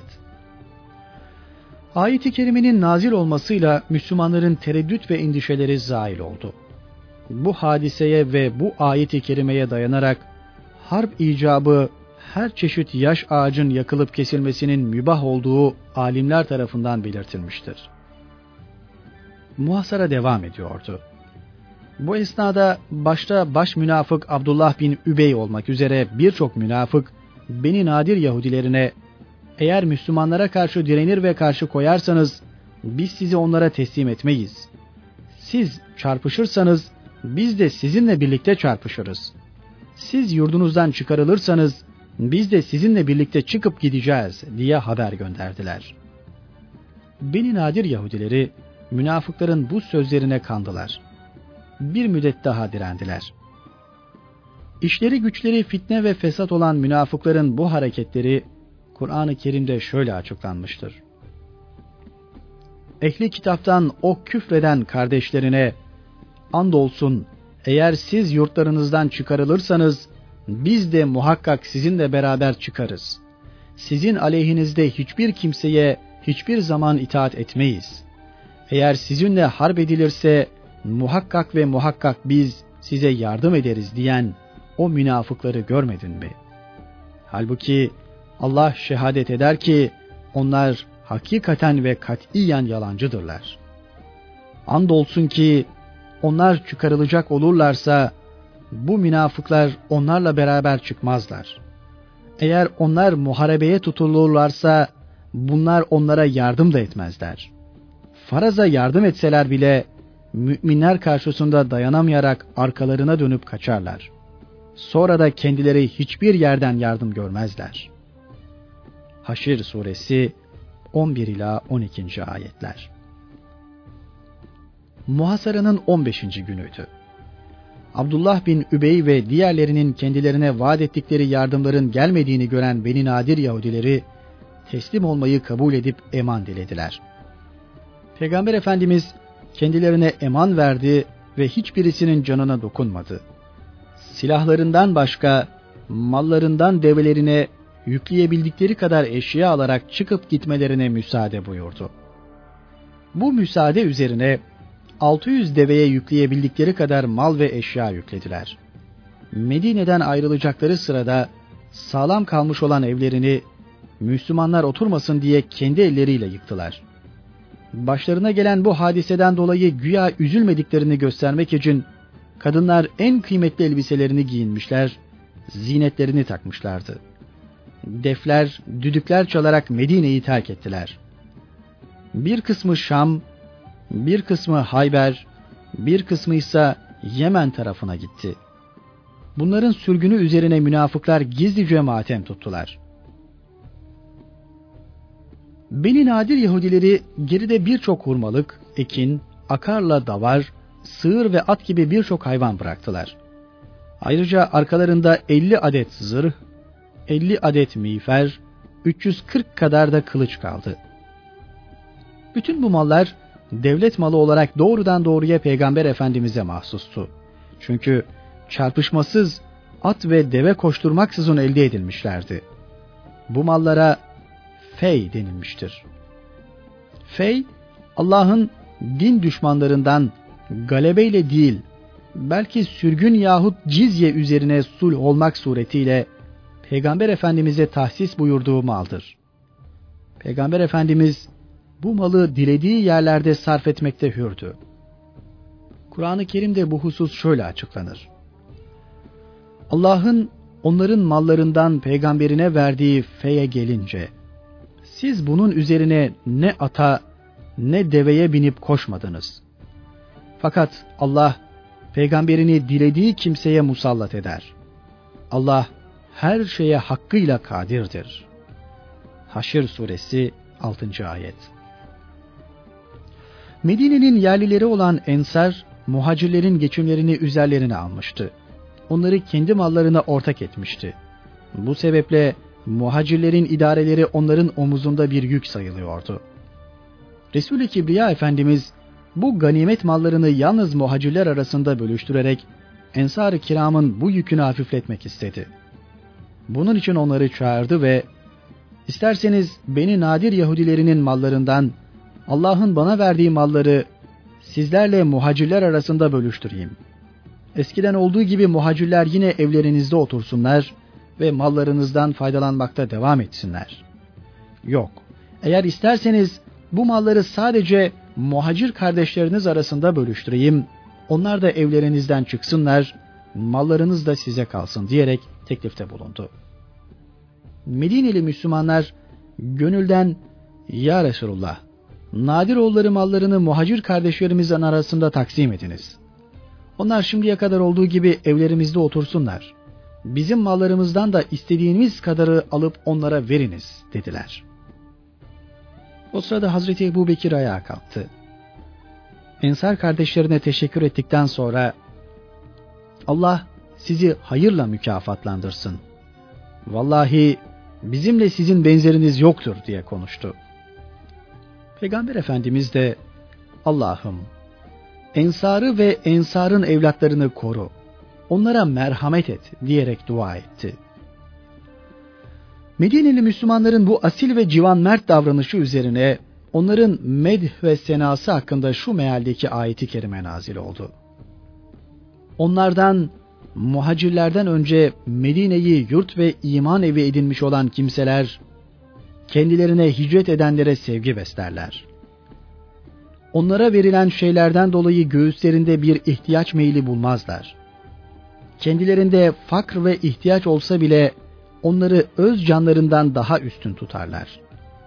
Ayet-i kerimenin nazil olmasıyla Müslümanların tereddüt ve endişeleri zail oldu. Bu hadiseye ve bu ayet-i kerimeye dayanarak harp icabı her çeşit yaş ağacın yakılıp kesilmesinin mübah olduğu alimler tarafından belirtilmiştir. Muhasara devam ediyordu. Bu esnada başta baş münafık Abdullah bin Übey olmak üzere birçok münafık Beni Nadir Yahudilerine eğer Müslümanlara karşı direnir ve karşı koyarsanız biz sizi onlara teslim etmeyiz. Siz çarpışırsanız biz de sizinle birlikte çarpışırız. Siz yurdunuzdan çıkarılırsanız biz de sizinle birlikte çıkıp gideceğiz diye haber gönderdiler. Beni Nadir Yahudileri münafıkların bu sözlerine kandılar. Bir müddet daha direndiler. İşleri güçleri fitne ve fesat olan münafıkların bu hareketleri Kur'an-ı Kerim'de şöyle açıklanmıştır. Ehli kitaptan o küfreden kardeşlerine andolsun eğer siz yurtlarınızdan çıkarılırsanız biz de muhakkak sizinle beraber çıkarız. Sizin aleyhinizde hiçbir kimseye hiçbir zaman itaat etmeyiz. Eğer sizinle harp edilirse muhakkak ve muhakkak biz size yardım ederiz diyen o münafıkları görmedin mi? Halbuki Allah şehadet eder ki onlar hakikaten ve katiyen yalancıdırlar. Andolsun ki onlar çıkarılacak olurlarsa bu münafıklar onlarla beraber çıkmazlar. Eğer onlar muharebeye tutulurlarsa bunlar onlara yardım da etmezler. Faraza yardım etseler bile müminler karşısında dayanamayarak arkalarına dönüp kaçarlar. Sonra da kendileri hiçbir yerden yardım görmezler. Haşr suresi on bir ila on ikinci ayetler. Muhasaranın on beşinci günüydü. Abdullah bin Übey ve diğerlerinin kendilerine vaat ettikleri yardımların gelmediğini gören Beni Nadir Yahudileri teslim olmayı kabul edip eman dilediler. Peygamber Efendimiz kendilerine eman verdi ve hiçbirisinin canına dokunmadı. Silahlarından başka mallarından develerine yükleyebildikleri kadar eşya alarak çıkıp gitmelerine müsaade buyurdu. Bu müsaade üzerine altı yüz deveye yükleyebildikleri kadar mal ve eşya yüklediler. Medine'den ayrılacakları sırada sağlam kalmış olan evlerini Müslümanlar oturmasın diye kendi elleriyle yıktılar. Başlarına gelen bu hadiseden dolayı güya üzülmediklerini göstermek için kadınlar en kıymetli elbiselerini giyinmişler, zinetlerini takmışlardı. Defler, düdükler çalarak Medine'yi terk ettiler. Bir kısmı Şam, bir kısmı Hayber, bir kısmı ise Yemen tarafına gitti. Bunların sürgünü üzerine münafıklar gizlice matem tuttular. Beni Nadir Yahudileri geride birçok hurmalık, ekin, akarla davar, sığır ve at gibi birçok hayvan bıraktılar. Ayrıca arkalarında elli adet zırh, elli adet miğfer, üç yüz kırk kadar da kılıç kaldı. Bütün bu mallar devlet malı olarak doğrudan doğruya Peygamber Efendimiz'e mahsustu. Çünkü çarpışmasız at ve deve koşturmaksızın elde edilmişlerdi. Bu mallara fey denilmiştir. Fey, Allah'ın din düşmanlarından galebeyle değil, belki sürgün yahut cizye üzerine sulh olmak suretiyle Peygamber Efendimiz'e tahsis buyurduğu maldır. Peygamber Efendimiz bu malı dilediği yerlerde sarf etmekte hürdü. Kur'an-ı Kerim'de bu husus şöyle açıklanır. Allah'ın onların mallarından peygamberine verdiği feye gelince, siz bunun üzerine ne ata ne deveye binip koşmadınız. Fakat Allah peygamberini dilediği kimseye musallat eder. Allah her şeye hakkıyla kadirdir. Haşr suresi altıncı ayet. Medine'nin yerlileri olan Ensar, muhacirlerin geçimlerini üzerlerine almıştı. Onları kendi mallarına ortak etmişti. Bu sebeple muhacirlerin idareleri onların omuzunda bir yük sayılıyordu. Resul-i Kibriya Efendimiz bu ganimet mallarını yalnız muhacirler arasında bölüştürerek Ensar-ı Kiram'ın bu yükünü hafifletmek istedi. Bunun için onları çağırdı ve "İsterseniz beni Nadir Yahudilerinin mallarından Allah'ın bana verdiği malları sizlerle muhacirler arasında bölüştüreyim. Eskiden olduğu gibi muhacirler yine evlerinizde otursunlar ve mallarınızdan faydalanmakta devam etsinler. Yok, eğer isterseniz bu malları sadece muhacir kardeşleriniz arasında bölüştüreyim, onlar da evlerinizden çıksınlar, mallarınız da size kalsın" diyerek teklifte bulundu. Medineli Müslümanlar gönülden "Ya Resulullah, Nadiroğulları mallarını muhacir kardeşlerimizin arasında taksim ediniz. Onlar şimdiye kadar olduğu gibi evlerimizde otursunlar. Bizim mallarımızdan da istediğimiz kadarı alıp onlara veriniz" dediler. O sırada Hazreti Ebubekir ayağa kalktı. Ensar kardeşlerine teşekkür ettikten sonra "Allah sizi hayırla mükafatlandırsın. Vallahi bizimle sizin benzeriniz yoktur" diye konuştu. Peygamber Efendimiz de "Allah'ım, Ensar'ı ve Ensar'ın evlatlarını koru, onlara merhamet et" diyerek dua etti. Medineli Müslümanların bu asil ve civanmert davranışı üzerine onların medh ve senası hakkında şu mealdeki ayeti kerime nazil oldu. Onlardan, muhacirlerden önce Medine'yi yurt ve iman evi edinmiş olan kimseler, kendilerine hicret edenlere sevgi beslerler. Onlara verilen şeylerden dolayı göğüslerinde bir ihtiyaç meyli bulmazlar. Kendilerinde fakr ve ihtiyaç olsa bile onları öz canlarından daha üstün tutarlar.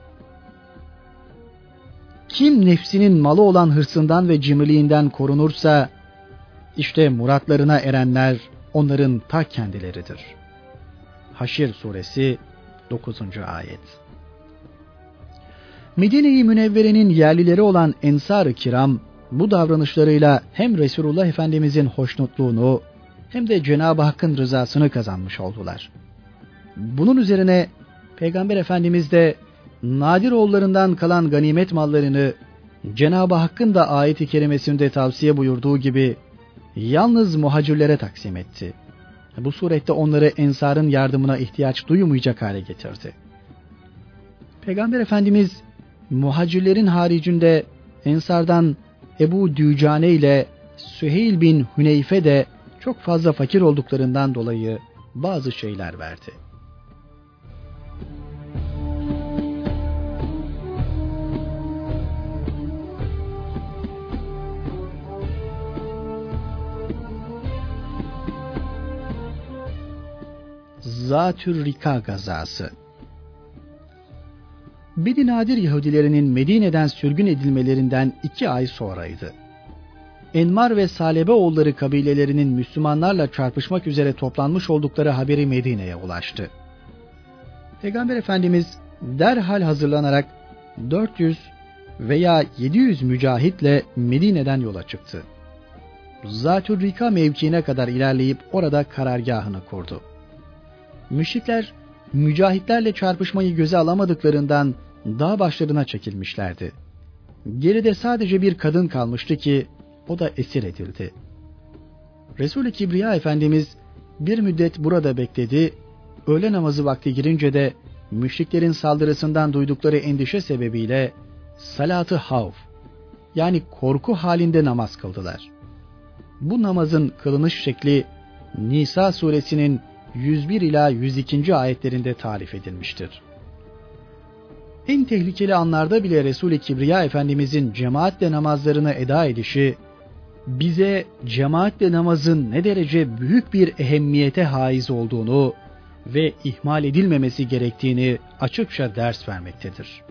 Kim nefsinin malı olan hırsından ve cimriliğinden korunursa, işte muratlarına erenler onların ta kendileridir. Haşr suresi dokuzuncu ayet. Medine-i Münevvere'nin yerlileri olan Ensar-ı Kiram, bu davranışlarıyla hem Resulullah Efendimizin hoşnutluğunu hem de Cenab-ı Hakk'ın rızasını kazanmış oldular. Bunun üzerine Peygamber Efendimiz de Nadiroğullarından kalan ganimet mallarını Cenab-ı Hakk'ın da ayet-i kerimesinde tavsiye buyurduğu gibi yalnız muhacirlere taksim etti. Bu surette onları Ensar'ın yardımına ihtiyaç duymayacak hale getirdi. Peygamber Efendimiz muhacirlerin haricinde Ensar'dan Ebu Dücane ile Süheyl bin Hüneyfe de çok fazla fakir olduklarından dolayı bazı şeyler verdi. Zatür Rika gazası. Beni Nadir Yahudilerinin Medine'den sürgün edilmelerinden iki ay sonraydı. Enmar ve Salebe oğulları kabilelerinin Müslümanlarla çarpışmak üzere toplanmış oldukları haberi Medine'ye ulaştı. Peygamber Efendimiz derhal hazırlanarak dört yüz veya yedi yüz mücahitle Medine'den yola çıktı. Zatür Rika mevkiine kadar ilerleyip orada karargahını kurdu. Müşrikler mücahitlerle çarpışmayı göze alamadıklarından dağ başlarına çekilmişlerdi. Geride sadece bir kadın kalmıştı ki o da esir edildi. Resul-i Kibriya Efendimiz bir müddet burada bekledi. Öğle namazı vakti girince de müşriklerin saldırısından duydukları endişe sebebiyle salat-ı havf yani korku halinde namaz kıldılar. Bu namazın kılınış şekli Nisa suresinin yüz bir ila yüz iki. ayetlerinde tarif edilmiştir. En tehlikeli anlarda bile Resul-i Kibriya Efendimizin cemaatle namazlarını eda edişi, bize cemaatle namazın ne derece büyük bir ehemmiyete haiz olduğunu ve ihmal edilmemesi gerektiğini açıkça ders vermektedir.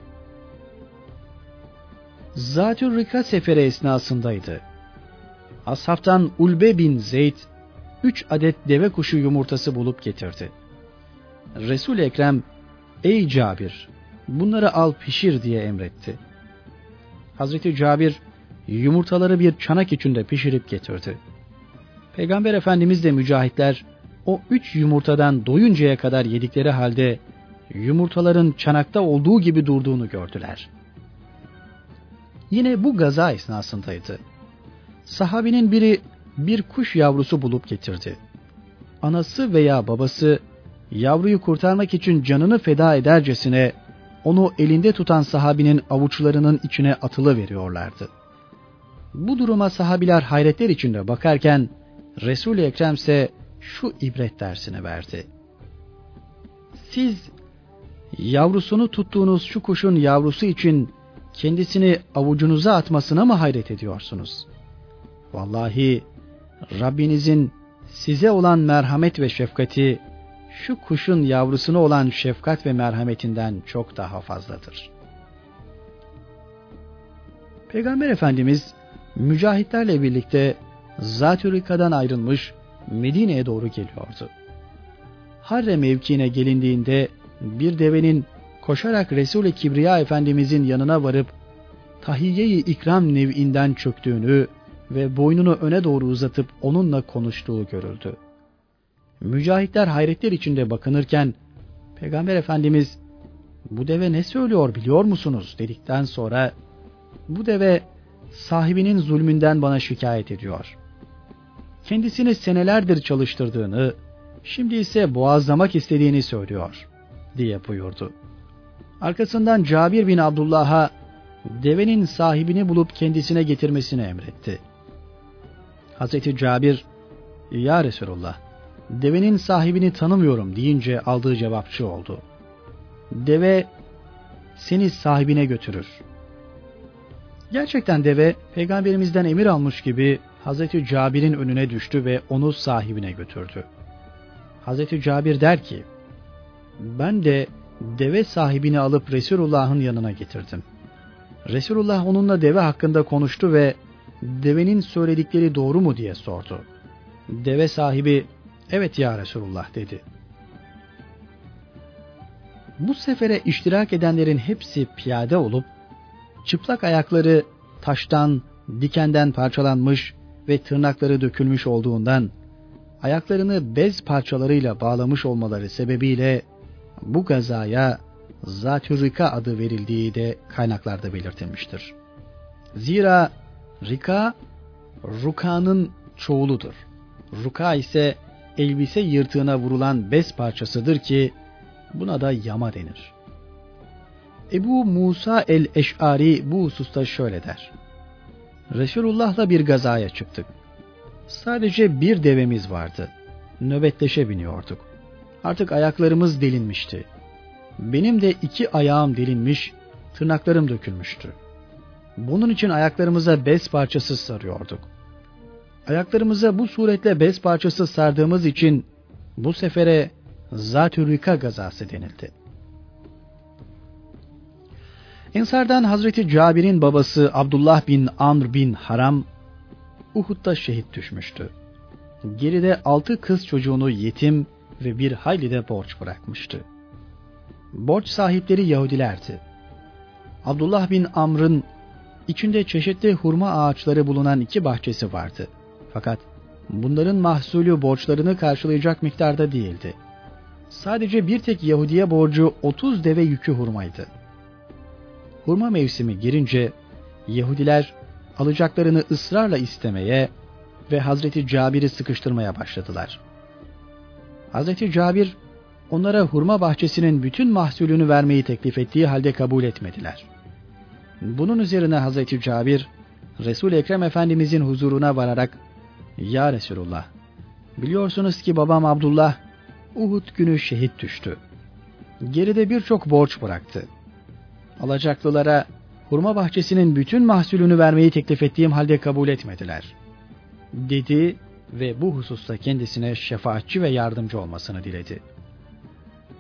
Zatür Rika seferi esnasındaydı. Ashabtan Ulbe bin Zeyd üç adet deve kuşu yumurtası bulup getirdi. Resul-i Ekrem, ey Cabir, bunları al pişir diye emretti. Hazreti Cabir yumurtaları bir çanak içinde pişirip getirdi. Peygamber Efendimiz de mücahitler o üç yumurtadan doyuncaya kadar yedikleri halde yumurtaların çanakta olduğu gibi durduğunu gördüler. Yine bu gaza esnasındaydı. Sahabinin biri bir kuş yavrusu bulup getirdi. Anası veya babası yavruyu kurtarmak için canını feda edercesine onu elinde tutan sahabinin avuçlarının içine atılıveriyorlardı. Bu duruma sahabiler hayretler içinde bakarken Resul-i Ekrem ise şu ibret dersini verdi. Siz yavrusunu tuttuğunuz şu kuşun yavrusu için kendisini avucunuza atmasına mı hayret ediyorsunuz? Vallahi Rabbinizin size olan merhamet ve şefkati şu kuşun yavrusuna olan şefkat ve merhametinden çok daha fazladır. Peygamber Efendimiz mücahitlerle birlikte Zatü Rika'dan ayrılmış Medine'ye doğru geliyordu. Harre mevkiine gelindiğinde bir devenin koşarak Resul-i Kibriya Efendimizin yanına varıp tahiyye-i ikram nev'inden çöktüğünü ve boynunu öne doğru uzatıp onunla konuştuğu görüldü. Mücahitler hayretler içinde bakınırken Peygamber Efendimiz bu deve ne söylüyor biliyor musunuz dedikten sonra bu deve sahibinin zulmünden bana şikayet ediyor. Kendisini senelerdir çalıştırdığını, şimdi ise boğazlamak istediğini söylüyor diye buyurdu. Arkasından Cabir bin Abdullah'a devenin sahibini bulup kendisine getirmesini emretti. Hazreti Cabir, ya Resulullah, devenin sahibini tanımıyorum deyince aldığı cevapçı oldu. Deve seni sahibine götürür. Gerçekten deve peygamberimizden emir almış gibi Hazreti Cabir'in önüne düştü ve onu sahibine götürdü. Hazreti Cabir der ki, ben de deve sahibini alıp Resulullah'ın yanına getirdim. Resulullah onunla deve hakkında konuştu ve devenin söyledikleri doğru mu diye sordu. Deve sahibi, evet ya Resulullah dedi. Bu sefere iştirak edenlerin hepsi piyade olup, çıplak ayakları taştan, dikenden parçalanmış ve tırnakları dökülmüş olduğundan, ayaklarını bez parçalarıyla bağlamış olmaları sebebiyle bu gazaya Zatü Rika adı verildiği de kaynaklarda belirtilmiştir. Zira Rika, Ruka'nın çoğuludur. Ruka ise elbise yırtığına vurulan bez parçasıdır ki buna da yama denir. Ebu Musa el-Eş'ari bu hususta şöyle der. Resulullah'la bir gazaya çıktık. Sadece bir devemiz vardı. Nöbetleşe biniyorduk. Artık ayaklarımız delinmişti. Benim de iki ayağım delinmiş, tırnaklarım dökülmüştü. Bunun için ayaklarımıza bez parçası sarıyorduk. Ayaklarımıza bu suretle bez parçası sardığımız için bu sefere Zatü Rika gazası denildi. Ensardan Hazreti Cabir'in babası Abdullah bin Amr bin Haram Uhud'da şehit düşmüştü. Geride altı kız çocuğunu yetim ve bir hayli de borç bırakmıştı. Borç sahipleri Yahudilerdi. Abdullah bin Amr'ın içinde çeşitli hurma ağaçları bulunan iki bahçesi vardı. Fakat bunların mahsulü borçlarını karşılayacak miktarda değildi. Sadece bir tek Yahudiye borcu otuz deve yükü hurmaydı. Hurma mevsimi girince Yahudiler alacaklarını ısrarla istemeye ve Hazreti Cabir'i sıkıştırmaya başladılar. Hazreti Cabir onlara hurma bahçesinin bütün mahsulünü vermeyi teklif ettiği halde kabul etmediler. Bunun üzerine Hazreti Cabir Resul-i Ekrem Efendimizin huzuruna vararak ya Resulullah, biliyorsunuz ki babam Abdullah Uhud günü şehit düştü. Geride birçok borç bıraktı. Alacaklılara hurma bahçesinin bütün mahsulünü vermeyi teklif ettiğim halde kabul etmediler, dedi ve bu hususta kendisine şefaatçi ve yardımcı olmasını diledi.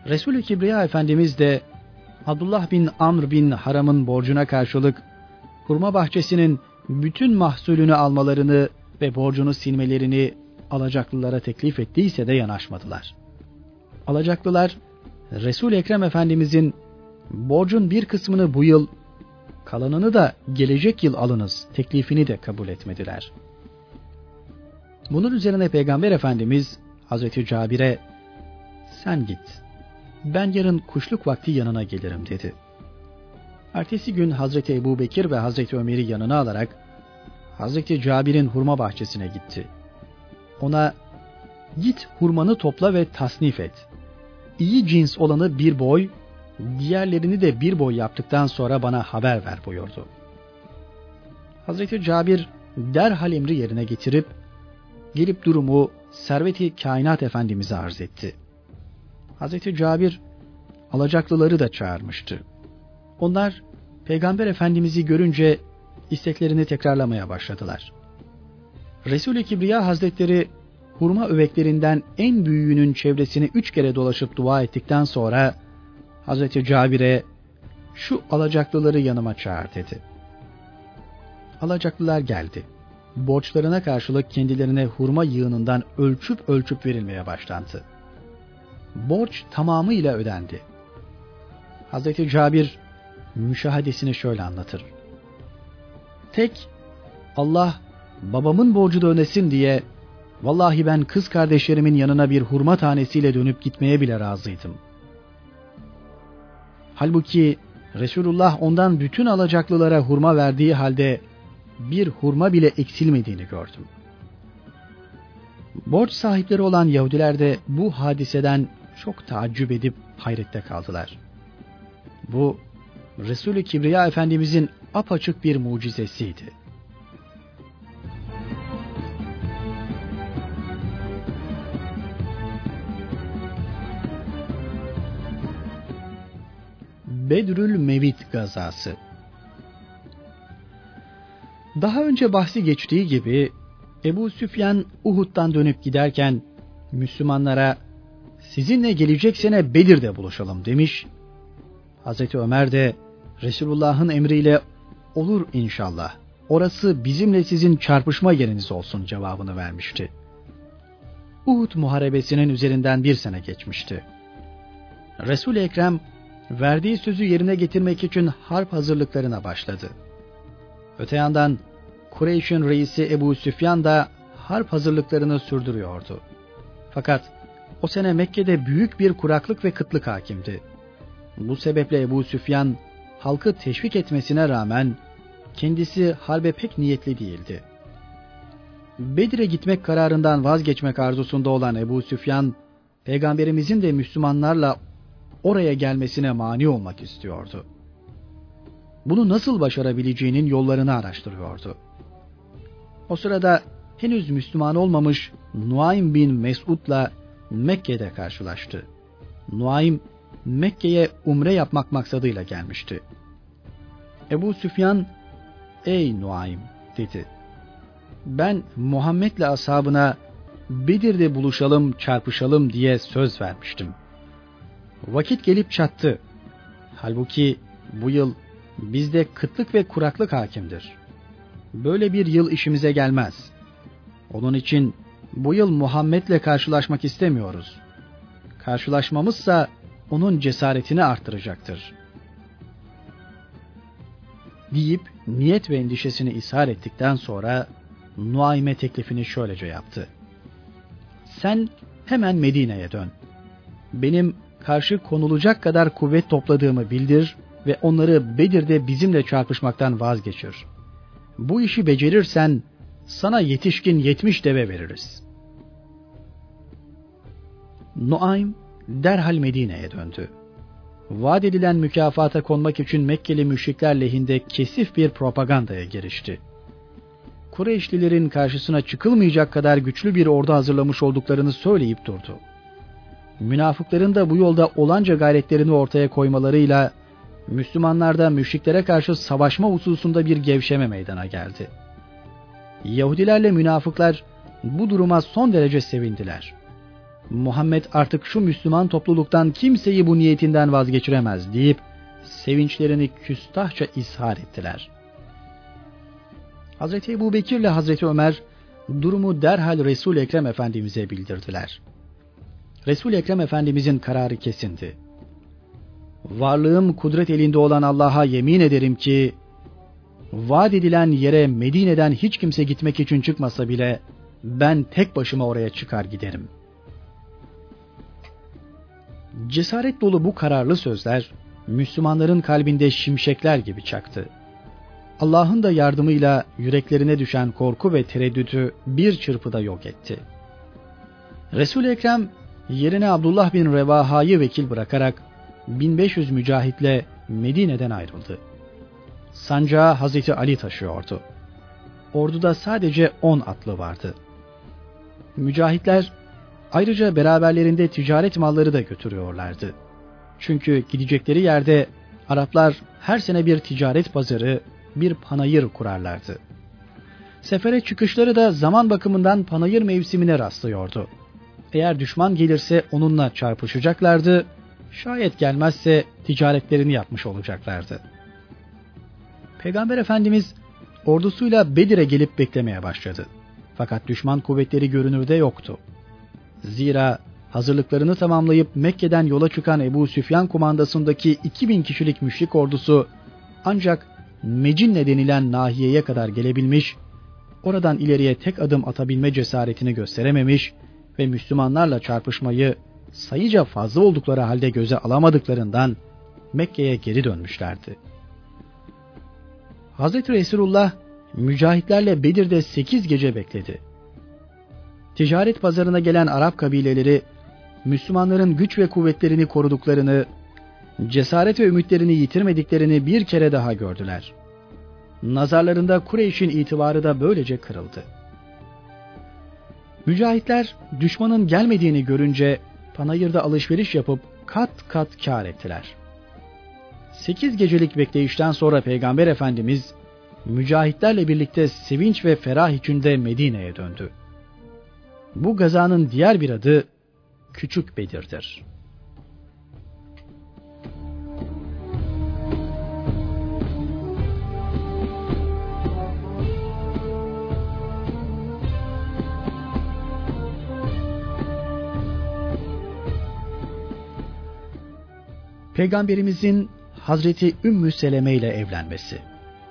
Resul-i Kibriya Efendimiz de Abdullah bin Amr bin Haram'ın borcuna karşılık hurma bahçesinin bütün mahsulünü almalarını ve borcunu silmelerini alacaklılara teklif ettiyse de yanaşmadılar. Alacaklılar Resul-i Ekrem Efendimizin borcun bir kısmını bu yıl, kalanını da gelecek yıl alınız teklifini de kabul etmediler. Bunun üzerine Peygamber Efendimiz Hazreti Cabir'e sen git, ben yarın kuşluk vakti yanına gelirim dedi. Ertesi gün Hazreti Ebubekir ve Hazreti Ömer'i yanına alarak Hazreti Cabir'in hurma bahçesine gitti. Ona git hurmanı topla ve tasnif et. İyi cins olanı bir boy, diğerlerini de bir boy yaptıktan sonra bana haber ver buyurdu. Hazreti Cabir derhal emri yerine getirip gelip durumu Servet-i Kainat Efendimiz'e arz etti. Hazreti Cabir alacaklıları da çağırmıştı. Onlar Peygamber Efendimiz'i görünce isteklerini tekrarlamaya başladılar. Resul-i Kibriya Hazretleri hurma öveklerinden en büyüğünün çevresini üç kere dolaşıp dua ettikten sonra Hazreti Cabir'e şu alacaklıları yanıma çağır dedi. Alacaklılar geldi. Borçlarına karşılık kendilerine hurma yığınından ölçüp ölçüp verilmeye başlandı. Borç tamamıyla ödendi. Hazreti Cabir müşahadesini şöyle anlatır. Tek Allah babamın borcu da ödesin diye vallahi ben kız kardeşlerimin yanına bir hurma tanesiyle dönüp gitmeye bile razıydım. Halbuki Resulullah ondan bütün alacaklılara hurma verdiği halde bir hurma bile eksilmediğini gördüm. Borç sahipleri olan Yahudiler de bu hadiseden çok taaccüp edip hayrette kaldılar. Bu Resul-i Kibriya Efendimizin apaçık bir mucizesiydi. Bedrül Mevit gazası. Daha önce bahsi geçtiği gibi Ebu Süfyan Uhud'dan dönüp giderken Müslümanlara sizinle gelecek sene Bedir'de buluşalım demiş. Hazreti Ömer de Resulullah'ın emriyle olur inşallah, orası bizimle sizin çarpışma yeriniz olsun cevabını vermişti. Uhud muharebesinin üzerinden bir sene geçmişti. Resul-i Ekrem verdiği sözü yerine getirmek için harp hazırlıklarına başladı. Öte yandan Kureyş'in reisi Ebu Süfyan da harp hazırlıklarını sürdürüyordu. Fakat o sene Mekke'de büyük bir kuraklık ve kıtlık hakimdi. Bu sebeple Ebu Süfyan halkı teşvik etmesine rağmen kendisi harbe pek niyetli değildi. Bedir'e gitmek kararından vazgeçmek arzusunda olan Ebu Süfyan, Peygamberimizin de Müslümanlarla oraya gelmesine mani olmak istiyordu. Bunu nasıl başarabileceğinin yollarını araştırıyordu. O sırada henüz Müslüman olmamış Nuaym bin Mesud'la Mekke'de karşılaştı. Nuaym, Mekke'ye umre yapmak maksadıyla gelmişti. Ebu Süfyan, ''Ey Nuaym'' dedi. ''Ben Muhammed'le ashabına Bedir'de buluşalım, çarpışalım diye söz vermiştim. Vakit gelip çattı. Halbuki bu yıl bizde kıtlık ve kuraklık hakimdir. Böyle bir yıl işimize gelmez. Onun için bu yıl Muhammed'le karşılaşmak istemiyoruz. Karşılaşmamızsa onun cesaretini arttıracaktır.'' deyip niyet ve endişesini ishar ettikten sonra Nuaym'e teklifini şöylece yaptı. ''Sen hemen Medine'ye dön. Benim karşı konulacak kadar kuvvet topladığımı bildir ve onları Bedir'de bizimle çarpışmaktan vazgeçir. Bu işi becerirsen sana yetişkin yetmiş deve veririz.'' Nuaym derhal Medine'ye döndü. Vaat edilen mükafata konmak için Mekkeli müşrikler lehinde kesif bir propagandaya girişti. Kureyşlilerin karşısına çıkılmayacak kadar güçlü bir ordu hazırlamış olduklarını söyleyip durdu. Münafıkların da bu yolda olanca gayretlerini ortaya koymalarıyla Müslümanlarda müşriklere karşı savaşma hususunda bir gevşeme meydana geldi. Yahudilerle münafıklar bu duruma son derece sevindiler. Muhammed artık şu Müslüman topluluktan kimseyi bu niyetinden vazgeçiremez deyip sevinçlerini küstahça izhar ettiler. Hazreti Ebubekir ile Hazreti Ömer durumu derhal Resul-i Ekrem Efendimiz'e bildirdiler. Resul-i Ekrem Efendimiz'in kararı kesindi. Varlığım kudret elinde olan Allah'a yemin ederim ki vaat edilen yere Medine'den hiç kimse gitmek için çıkmasa bile ben tek başıma oraya çıkar giderim. Cesaret dolu bu kararlı sözler Müslümanların kalbinde şimşekler gibi çaktı. Allah'ın da yardımıyla yüreklerine düşen korku ve tereddütü bir çırpıda yok etti. Resul-i Ekrem yerine Abdullah bin Revaha'yı vekil bırakarak bin beş yüz mücahitle Medine'den ayrıldı. Sancağı Hazreti Ali taşıyordu. Orduda sadece on atlı vardı. Mücahitler ayrıca beraberlerinde ticaret malları da götürüyorlardı. Çünkü gidecekleri yerde Araplar her sene bir ticaret pazarı, bir panayır kurarlardı. Sefere çıkışları da zaman bakımından panayır mevsimine rastlıyordu. Eğer düşman gelirse onunla çarpışacaklardı, şayet gelmezse ticaretlerini yapmış olacaklardı. Peygamber Efendimiz ordusuyla Bedir'e gelip beklemeye başladı. Fakat düşman kuvvetleri görünürde yoktu. Zira hazırlıklarını tamamlayıp Mekke'den yola çıkan Ebu Süfyan kumandasındaki iki bin kişilik müşrik ordusu ancak Mecinne denilen nahiyeye kadar gelebilmiş, oradan ileriye tek adım atabilme cesaretini gösterememiş ve Müslümanlarla çarpışmayı sayıca fazla oldukları halde göze alamadıklarından Mekke'ye geri dönmüşlerdi. Hazreti Resulullah mücahitlerle Bedir'de sekiz gece bekledi. Ticaret pazarına gelen Arap kabileleri Müslümanların güç ve kuvvetlerini koruduklarını, cesaret ve ümitlerini yitirmediklerini bir kere daha gördüler. Nazarlarında Kureyş'in itibarı da böylece kırıldı. Mücahitler düşmanın gelmediğini görünce panayırda alışveriş yapıp kat kat kâr ettiler. Sekiz gecelik bekleyişten sonra Peygamber Efendimiz mücahitlerle birlikte sevinç ve ferah içinde Medine'ye döndü. Bu gazanın diğer bir adı Küçük Bedir'dir. Peygamberimizin Hazreti Ümmü Seleme ile evlenmesi.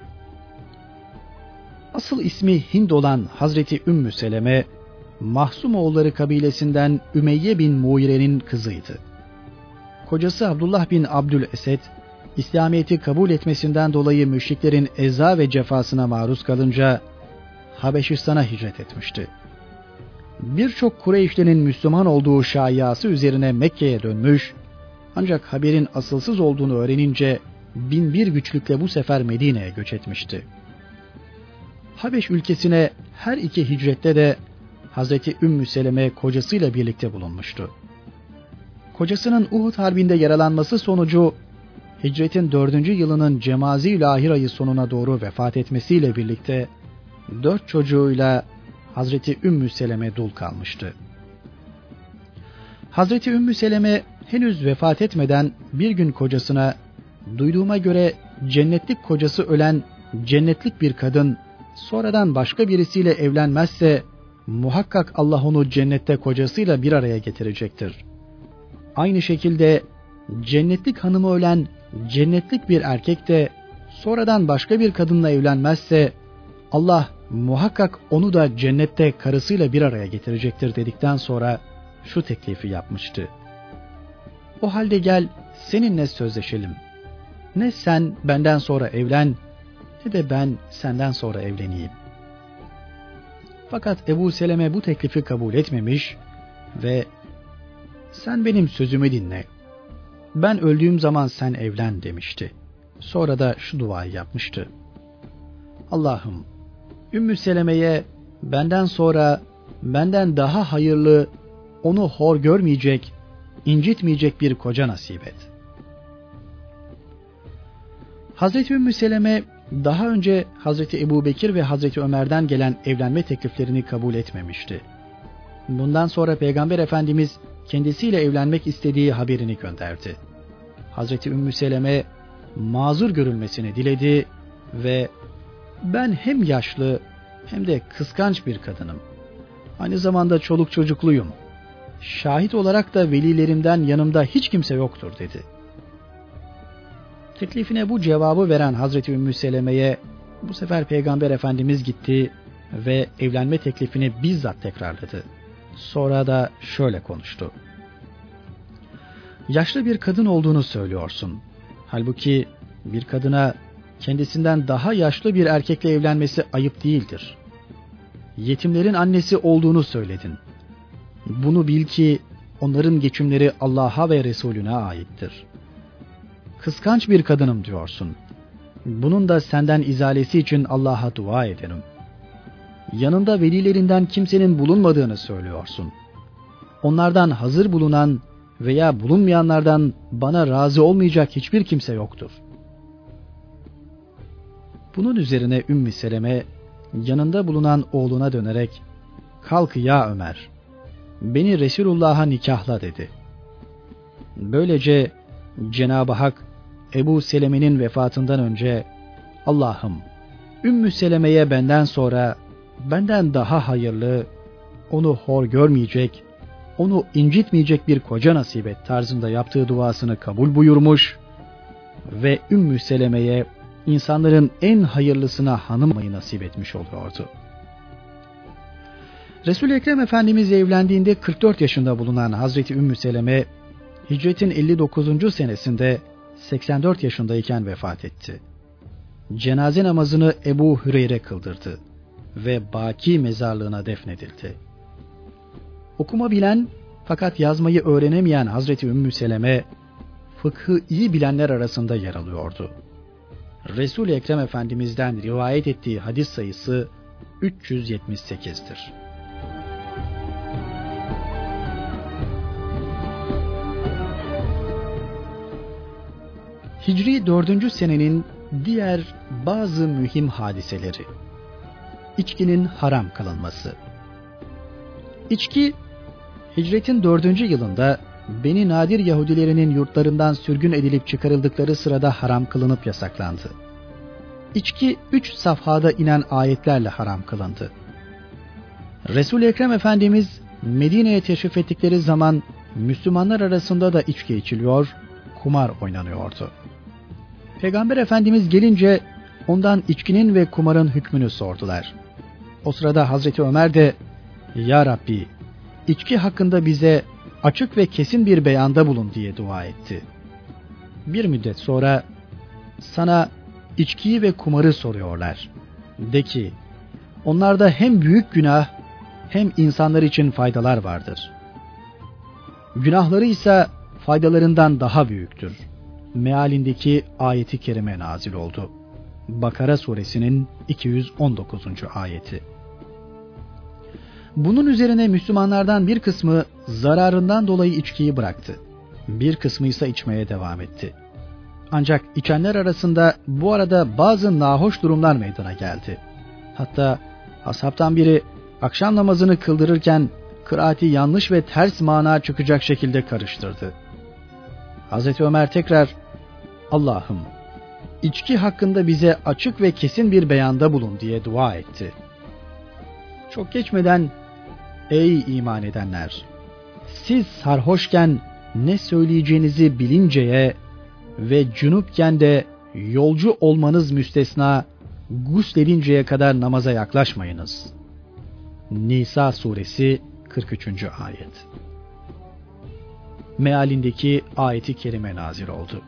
Asıl ismi Hind olan Hazreti Ümmü Seleme, Mahsumoğulları kabilesinden Ümeyye bin Muire'nin kızıydı. Kocası Abdullah bin Abdülesed, İslamiyet'i kabul etmesinden dolayı müşriklerin eza ve cefasına maruz kalınca Habeşistan'a hicret etmişti. Birçok Kureyşli'nin Müslüman olduğu şayiası üzerine Mekke'ye dönmüş, ancak haberin asılsız olduğunu öğrenince bin bir güçlükle bu sefer Medine'ye göç etmişti. Habeş ülkesine her iki hicrette de Hazreti Ümmü Seleme kocasıyla birlikte bulunmuştu. Kocasının Uhud Harbi'nde yaralanması sonucu hicretin dördüncü yılının Cemazî Ahir ayı sonuna doğru vefat etmesiyle birlikte dört çocuğuyla Hazreti Ümmü Seleme dul kalmıştı. Hazreti Ümmü Seleme henüz vefat etmeden bir gün kocasına, duyduğuma göre cennetlik kocası ölen cennetlik bir kadın sonradan başka birisiyle evlenmezse muhakkak Allah onu cennette kocasıyla bir araya getirecektir. Aynı şekilde cennetlik hanımı ölen cennetlik bir erkek de sonradan başka bir kadınla evlenmezse Allah muhakkak onu da cennette karısıyla bir araya getirecektir dedikten sonra şu teklifi yapmıştı. O halde gel seninle sözleşelim. Ne sen benden sonra evlen ne de ben senden sonra evleneyim. Fakat Ebu Seleme bu teklifi kabul etmemiş ve sen benim sözümü dinle. Ben öldüğüm zaman sen evlen demişti. Sonra da şu duayı yapmıştı. Allah'ım, Ümmü Seleme'ye benden sonra benden daha hayırlı, onu hor görmeyecek, incitmeyecek bir koca nasip et. Hazreti Ümmü Seleme daha önce Hazreti Ebubekir ve Hazreti Ömer'den gelen evlenme tekliflerini kabul etmemişti. Bundan sonra Peygamber Efendimiz kendisiyle evlenmek istediği haberini gönderdi. Hazreti Ümmü Seleme mazur görülmesini diledi ve ben hem yaşlı hem de kıskanç bir kadınım. Aynı zamanda çoluk çocukluyum. Şahit olarak da velilerimden yanımda hiç kimse yoktur dedi. Teklifine bu cevabı veren Hazreti Ümmü Seleme'ye bu sefer Peygamber Efendimiz gitti ve evlenme teklifini bizzat tekrarladı. Sonra da şöyle konuştu. Yaşlı bir kadın olduğunu söylüyorsun. Halbuki bir kadına kendisinden daha yaşlı bir erkekle evlenmesi ayıp değildir. Yetimlerin annesi olduğunu söyledin. Bunu bil ki onların geçimleri Allah'a ve Resulüne aittir. Kıskanç bir kadınım diyorsun. Bunun da senden izalesi için Allah'a dua ederim. Yanında velilerinden kimsenin bulunmadığını söylüyorsun. Onlardan hazır bulunan veya bulunmayanlardan bana razı olmayacak hiçbir kimse yoktur. Bunun üzerine Ümmü Seleme yanında bulunan oğluna dönerek kalk ya Ömer, beni Resulullah'a nikahla dedi. Böylece Cenab-ı Hak Ebu Seleme'nin vefatından önce Allah'ım Ümmü Seleme'ye benden sonra benden daha hayırlı, onu hor görmeyecek, onu incitmeyecek bir koca nasip et tarzında yaptığı duasını kabul buyurmuş ve Ümmü Seleme'ye insanların en hayırlısına hanım olmayı nasip etmiş oluyordu. Resul-i Ekrem Efendimiz evlendiğinde kırk dört yaşında bulunan Hazreti Ümmü Seleme, hicretin elli dokuzuncu senesinde seksen dört yaşındayken vefat etti. Cenaze namazını Ebu Hüreyre kıldırdı ve Baki mezarlığına defnedildi. Okuma bilen fakat yazmayı öğrenemeyen Hazreti Ümmü Seleme, fıkhı iyi bilenler arasında yer alıyordu. Resul-i Ekrem Efendimiz'den rivayet ettiği hadis sayısı üç yüz yetmiş sekiz'tir. Hicri dördüncü senenin diğer bazı mühim hadiseleri. İçkinin haram kılınması. İçki, hicretin dördüncü yılında Beni Nadir Yahudilerinin yurtlarından sürgün edilip çıkarıldıkları sırada haram kılınıp yasaklandı. İçki üç safhada inen ayetlerle haram kılındı. Resul-i Ekrem Efendimiz Medine'ye teşrif ettikleri zaman Müslümanlar arasında da içki içiliyor, kumar oynanıyordu. Peygamber Efendimiz gelince ondan içkinin ve kumarın hükmünü sordular. O sırada Hazreti Ömer de "Ya Rabbi, içki hakkında bize açık ve kesin bir beyanda bulun" diye dua etti. Bir müddet sonra sana içkiyi ve kumarı soruyorlar. De ki, onlarda hem büyük günah hem insanlar için faydalar vardır. Günahları ise faydalarından daha büyüktür. Mealindeki ayeti kerime nazil oldu. Bakara suresinin iki yüz on dokuzuncu ayeti. Bunun üzerine Müslümanlardan bir kısmı zararından dolayı içkiyi bıraktı. Bir kısmı ise içmeye devam etti. Ancak içenler arasında bu arada bazı nahoş durumlar meydana geldi. Hatta ashabtan biri akşam namazını kıldırırken kıraati yanlış ve ters mana çıkacak şekilde karıştırdı. Hazreti Ömer tekrar Allah'ım içki hakkında bize açık ve kesin bir beyanda bulun diye dua etti. Çok geçmeden ey iman edenler, siz sarhoşken ne söyleyeceğinizi bilinceye ve cünüpken de yolcu olmanız müstesna gusledinceye kadar namaza yaklaşmayınız. Nisa suresi kırk üçüncü ayet. Mealindeki ayeti kerime nazil oldu.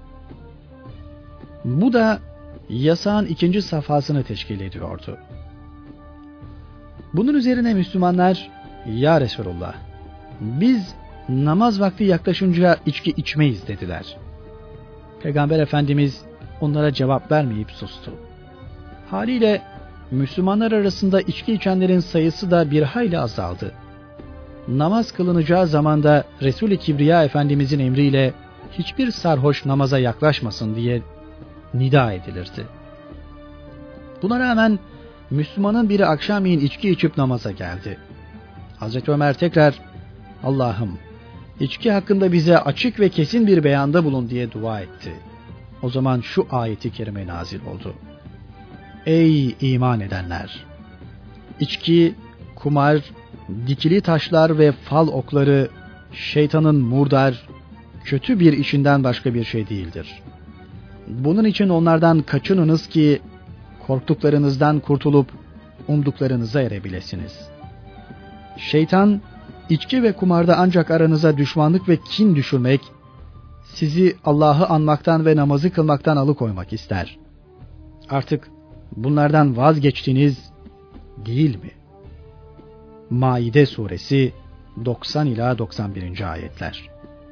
Bu da yasağın ikinci safhasını teşkil ediyordu. Bunun üzerine Müslümanlar, ya Resulullah, biz namaz vakti yaklaşınca içki içmeyiz dediler. Peygamber Efendimiz onlara cevap vermeyip sustu. Haliyle Müslümanlar arasında içki içenlerin sayısı da bir hayli azaldı. Namaz kılınacağı zamanda Resul-i Kibriya Efendimizin emriyle hiçbir sarhoş namaza yaklaşmasın diye nida edilirdi. Buna rağmen Müslümanın biri akşamleyin içki içip namaza geldi. Hazreti Ömer tekrar Allah'ım içki hakkında bize açık ve kesin bir beyanda bulun diye dua etti. O zaman şu ayeti kerime nazil oldu. Ey iman edenler! İçki, kumar, dikili taşlar ve fal okları şeytanın murdar, kötü bir işinden başka bir şey değildir. Bunun için onlardan kaçınınız ki korktuklarınızdan kurtulup umduklarınıza erebilesiniz. Şeytan, içki ve kumarda ancak aranıza düşmanlık ve kin düşürmek, sizi Allah'ı anmaktan ve namazı kılmaktan alıkoymak ister. Artık bunlardan vazgeçtiniz değil mi? Maide suresi doksan ila doksan birinci ayetler.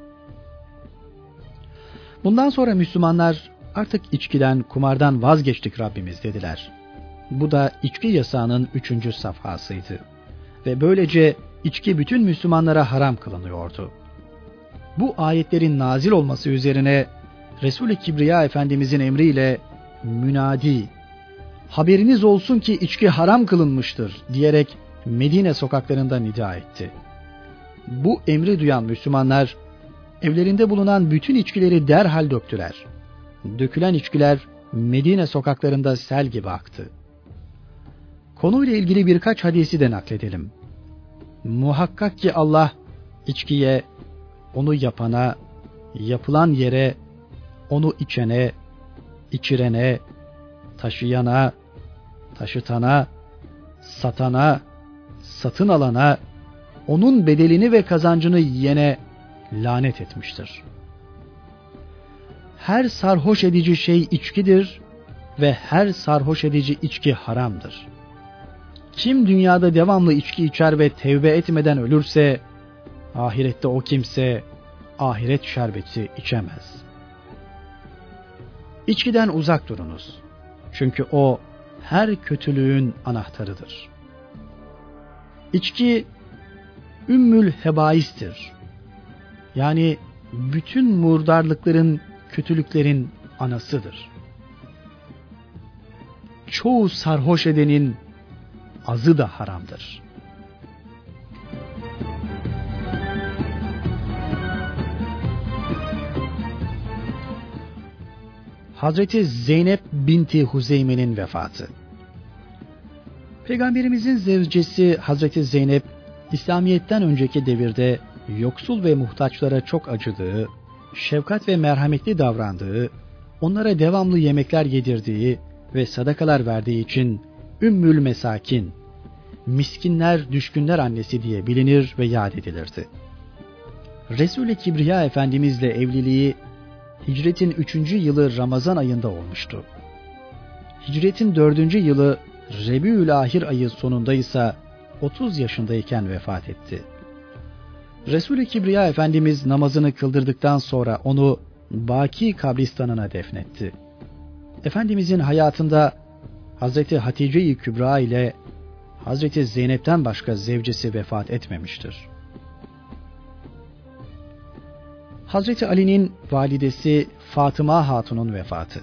Bundan sonra Müslümanlar artık içkiden, kumardan vazgeçtik Rabbimiz dediler. Bu da içki yasağının üçüncü safhasıydı. Ve böylece içki bütün Müslümanlara haram kılınıyordu. Bu ayetlerin nazil olması üzerine Resul-i Kibriya Efendimizin emriyle münadi, haberiniz olsun ki içki haram kılınmıştır diyerek Medine sokaklarında nida etti. Bu emri duyan Müslümanlar evlerinde bulunan bütün içkileri derhal döktüler. Dökülen içkiler Medine sokaklarında sel gibi aktı. Konuyla ilgili birkaç hadisi de nakledelim. Muhakkak ki Allah içkiye, onu yapana, yapılan yere, onu içene, içirene, taşıyana, taşıtana, satana, satın alana, onun bedelini ve kazancını yiyene lanet etmiştir. Her sarhoş edici şey içkidir ve her sarhoş edici içki haramdır. Kim dünyada devamlı içki içer ve tevbe etmeden ölürse, ahirette o kimse ahiret şerbeti içemez. İçkiden uzak durunuz. Çünkü o her kötülüğün anahtarıdır. İçki ümmül hebaistir. Yani bütün murdarlıkların, kötülüklerin anasıdır. Çoğu sarhoş edenin azı da haramdır. Hazreti Zeynep binti Huzeyme'nin vefatı. Peygamberimizin zevcesi Hazreti Zeynep, İslamiyet'ten önceki devirde yoksul ve muhtaçlara çok acıdığı, şefkat ve merhametli davrandığı, onlara devamlı yemekler yedirdiği ve sadakalar verdiği için Ümmül Mesakin, miskinler, düşkünler annesi diye bilinir ve yad edilirdi. Resul-i Kibriya Efendimizle evliliği Hicretin üçüncü yılı Ramazan ayında olmuştu. Hicretin dördüncü yılı Rebiülahir ayı sonunda ise otuz yaşındayken vefat etti. Resul-i Kibriya Efendimiz namazını kıldırdıktan sonra onu Baki kabristanına defnetti. Efendimizin hayatında Hazreti Hatice-i Kübra ile Hazreti Zeynep'ten başka zevcesi vefat etmemiştir. Hazreti Ali'nin validesi Fatıma Hatun'un vefatı.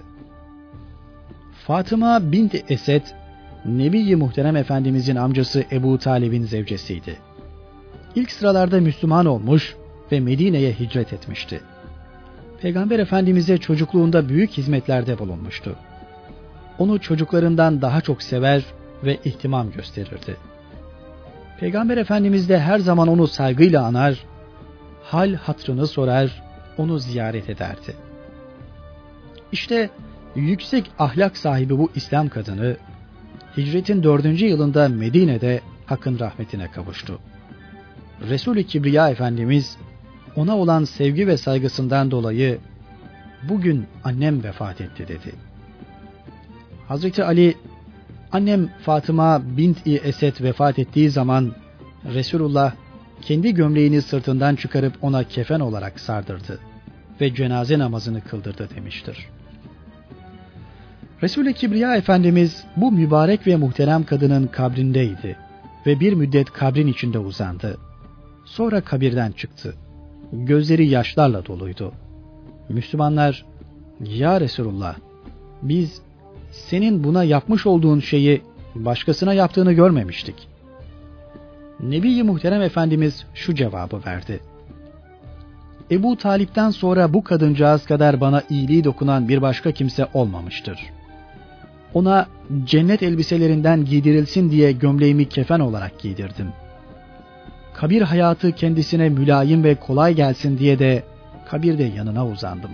Fatıma bint Esed, Nebi-i Muhterem Efendimizin amcası Ebu Talib'in zevcesiydi. İlk sıralarda Müslüman olmuş ve Medine'ye hicret etmişti. Peygamber Efendimiz'e çocukluğunda büyük hizmetlerde bulunmuştu. Onu çocuklarından daha çok sever ve ihtimam gösterirdi. Peygamber Efendimiz de her zaman onu saygıyla anar, hal hatrını sorar, onu ziyaret ederdi. İşte yüksek ahlak sahibi bu İslam kadını, hicretin dördüncü yılında Medine'de Hakk'ın rahmetine kavuştu. Resul-i Kibriya Efendimiz ona olan sevgi ve saygısından dolayı bugün annem vefat etti dedi. Hazreti Ali, annem Fatıma bint-i Esed vefat ettiği zaman Resulullah kendi gömleğini sırtından çıkarıp ona kefen olarak sardırdı ve cenaze namazını kıldırdı demiştir. Resul-i Kibriya Efendimiz bu mübarek ve muhterem kadının kabrindeydi ve bir müddet kabrin içinde uzandı. Sonra kabirden çıktı. Gözleri yaşlarla doluydu. Müslümanlar, "Ya Resulullah, biz senin buna yapmış olduğun şeyi başkasına yaptığını görmemiştik. Nebi-i Muhterem Efendimiz şu cevabı verdi: Ebu Talip'ten sonra bu kadıncağız kadar bana iyiliği dokunan bir başka kimse olmamıştır. Ona cennet elbiselerinden giydirilsin diye gömleğimi kefen olarak giydirdim. Kabir hayatı kendisine mülayim ve kolay gelsin diye de kabirde yanına uzandım.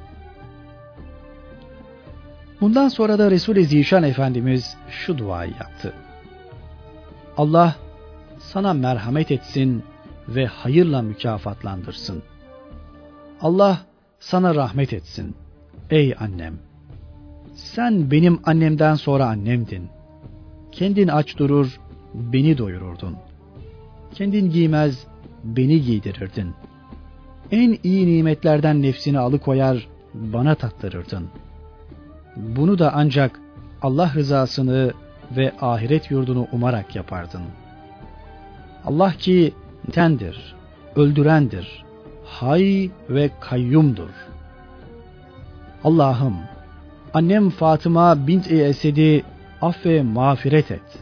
Bundan sonra da Resul-i Zişan Efendimiz şu duayı yaptı: Allah sana merhamet etsin ve hayırla mükafatlandırsın. Allah sana rahmet etsin. Ey annem! Sen benim annemden sonra annemdin. Kendin aç durur, beni doyururdun. Kendin giymez, beni giydirirdin. En iyi nimetlerden nefsini alıkoyar, bana tattırırdın. Bunu da ancak Allah rızasını ve ahiret yurdunu umarak yapardın. Allah ki tendir, öldürendir, hay ve kayyumdur. Allah'ım, annem Fatıma bint-i Esed'i aff ve mağfiret et.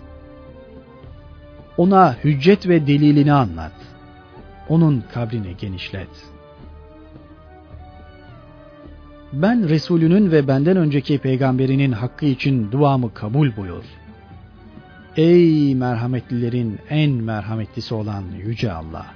Ona hüccet ve delilini anlat. Onun kabrini genişlet. Ben Resulünün ve benden önceki peygamberinin hakkı için duamı kabul buyur. Ey merhametlilerin en merhametlisi olan Yüce Allah!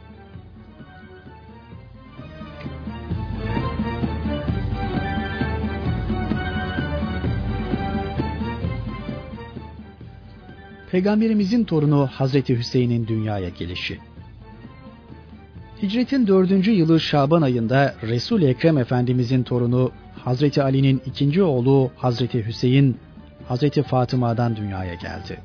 Peygamberimizin torunu Hazreti Hüseyin'in dünyaya gelişi. Hicretin dördüncü yılı Şaban ayında Resul-i Ekrem Efendimizin torunu Hazreti Ali'nin ikinci oğlu Hazreti Hüseyin, Hazreti Fatıma'dan dünyaya geldi.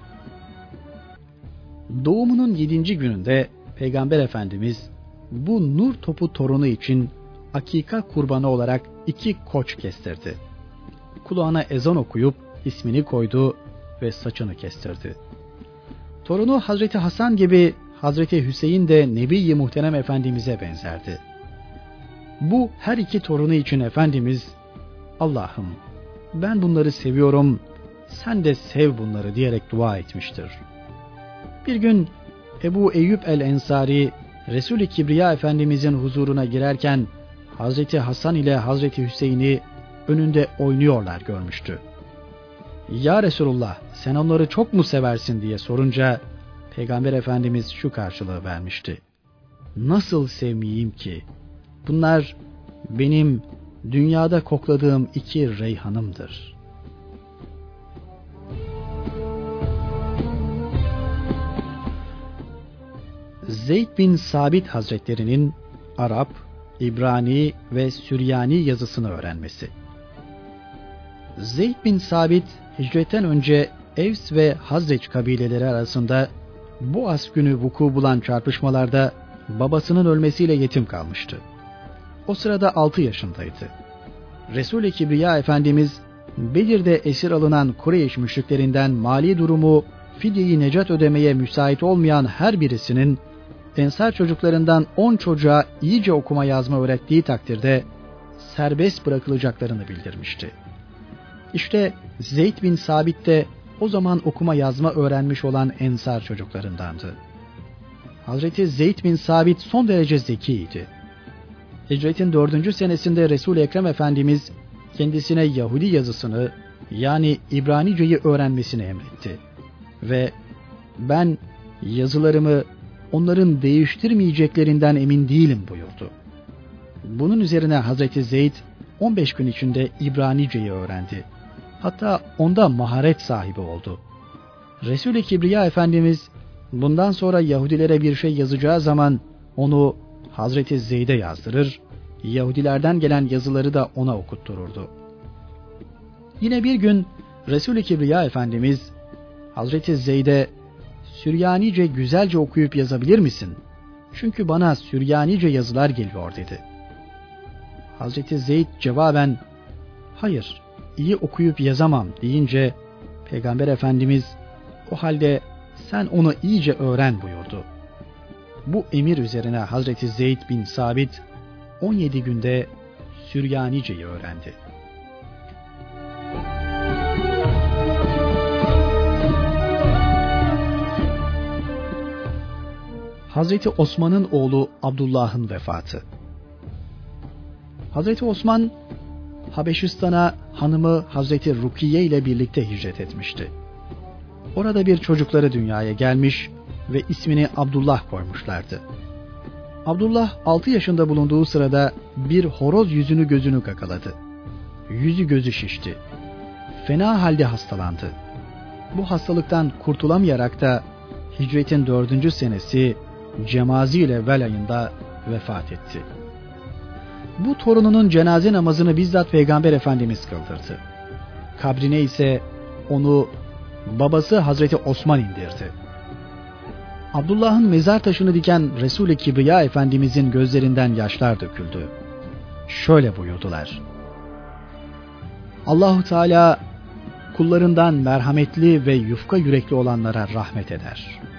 Doğumunun yedinci gününde Peygamber Efendimiz bu nur topu torunu için akika kurbanı olarak iki koç kestirdi. Kulağına ezan okuyup ismini koydu ve saçını kestirdi. Torunu Hazreti Hasan gibi Hazreti Hüseyin de Nebi-i Muhterem Efendimiz'e benzerdi. Bu her iki torunu için Efendimiz, Allah'ım ben bunları seviyorum, sen de sev bunları diyerek dua etmiştir. Bir gün Ebu Eyyub el-Ensari, Resul-i Kibriya Efendimizin huzuruna girerken Hazreti Hasan ile Hazreti Hüseyin'i önünde oynuyorlar görmüştü. Ya Resulullah, sen onları çok mu seversin diye sorunca Peygamber Efendimiz şu karşılığı vermişti: nasıl sevmeyeyim ki? Bunlar benim dünyada kokladığım iki reyhanımdır. Zeyd bin Sabit Hazretlerinin Arap, İbrani ve Süryani yazısını öğrenmesi. Zeyd bin Sabit hicretten önce Evs ve Hazreç kabileleri arasında Boğaz günü vuku bulan çarpışmalarda babasının ölmesiyle yetim kalmıştı. O sırada altı yaşındaydı. Resul-i Kibriya Efendimiz Bedir'de esir alınan Kureyş müşriklerinden mali durumu fidye-i necat ödemeye müsait olmayan her birisinin Ensar çocuklarından on çocuğa iyice okuma yazma öğrettiği takdirde serbest bırakılacaklarını bildirmişti. İşte Zeyd bin Sabit de o zaman okuma yazma öğrenmiş olan Ensar çocuklarındandı. Hazreti Zeyd bin Sabit son derece zekiydi. Hicretin dördüncü senesinde Resul-i Ekrem Efendimiz kendisine Yahudi yazısını yani İbranice'yi öğrenmesini emretti. Ve ben yazılarımı onların değiştirmeyeceklerinden emin değilim buyurdu. Bunun üzerine Hazreti Zeyd on beş gün içinde İbranice'yi öğrendi. Hatta onda maharet sahibi oldu. Resul-i Kibriya Efendimiz bundan sonra Yahudilere bir şey yazacağı zaman onu Hazreti Zeyd'e yazdırır, Yahudilerden gelen yazıları da ona okuttururdu. Yine bir gün Resul-i Kibriya Efendimiz Hazreti Zeyd'e Süryanice güzelce okuyup yazabilir misin? Çünkü bana Süryanice yazılar geliyor dedi. Hazreti Zeyd cevaben hayır, iyi okuyup yazamam deyince Peygamber Efendimiz o halde sen onu iyice öğren buyurdu. Bu emir üzerine Hazreti Zeyd bin Sabit on yedi günde Süryanice'yi öğrendi. Hazreti Osman'ın oğlu Abdullah'ın vefatı. Hazreti Osman, Habeşistan'a hanımı Hazreti Rukiye ile birlikte hicret etmişti. Orada bir çocukları dünyaya gelmiş ve ismini Abdullah koymuşlardı. Abdullah altı yaşında bulunduğu sırada bir horoz yüzünü gözünü kakaladı. Yüzü gözü şişti. Fena halde hastalandı. Bu hastalıktan kurtulamayarak da hicretin dördüncü senesi Cemazil evvel ayında vefat etti. Bu torununun cenaze namazını bizzat Peygamber Efendimiz kıldırdı. Kabrine ise onu babası Hazreti Osman indirdi. Abdullah'ın mezar taşını diken Resul-i Kibriya Efendimizin gözlerinden yaşlar döküldü. Şöyle buyurdular: Allahu Teala kullarından merhametli ve yufka yürekli olanlara rahmet eder.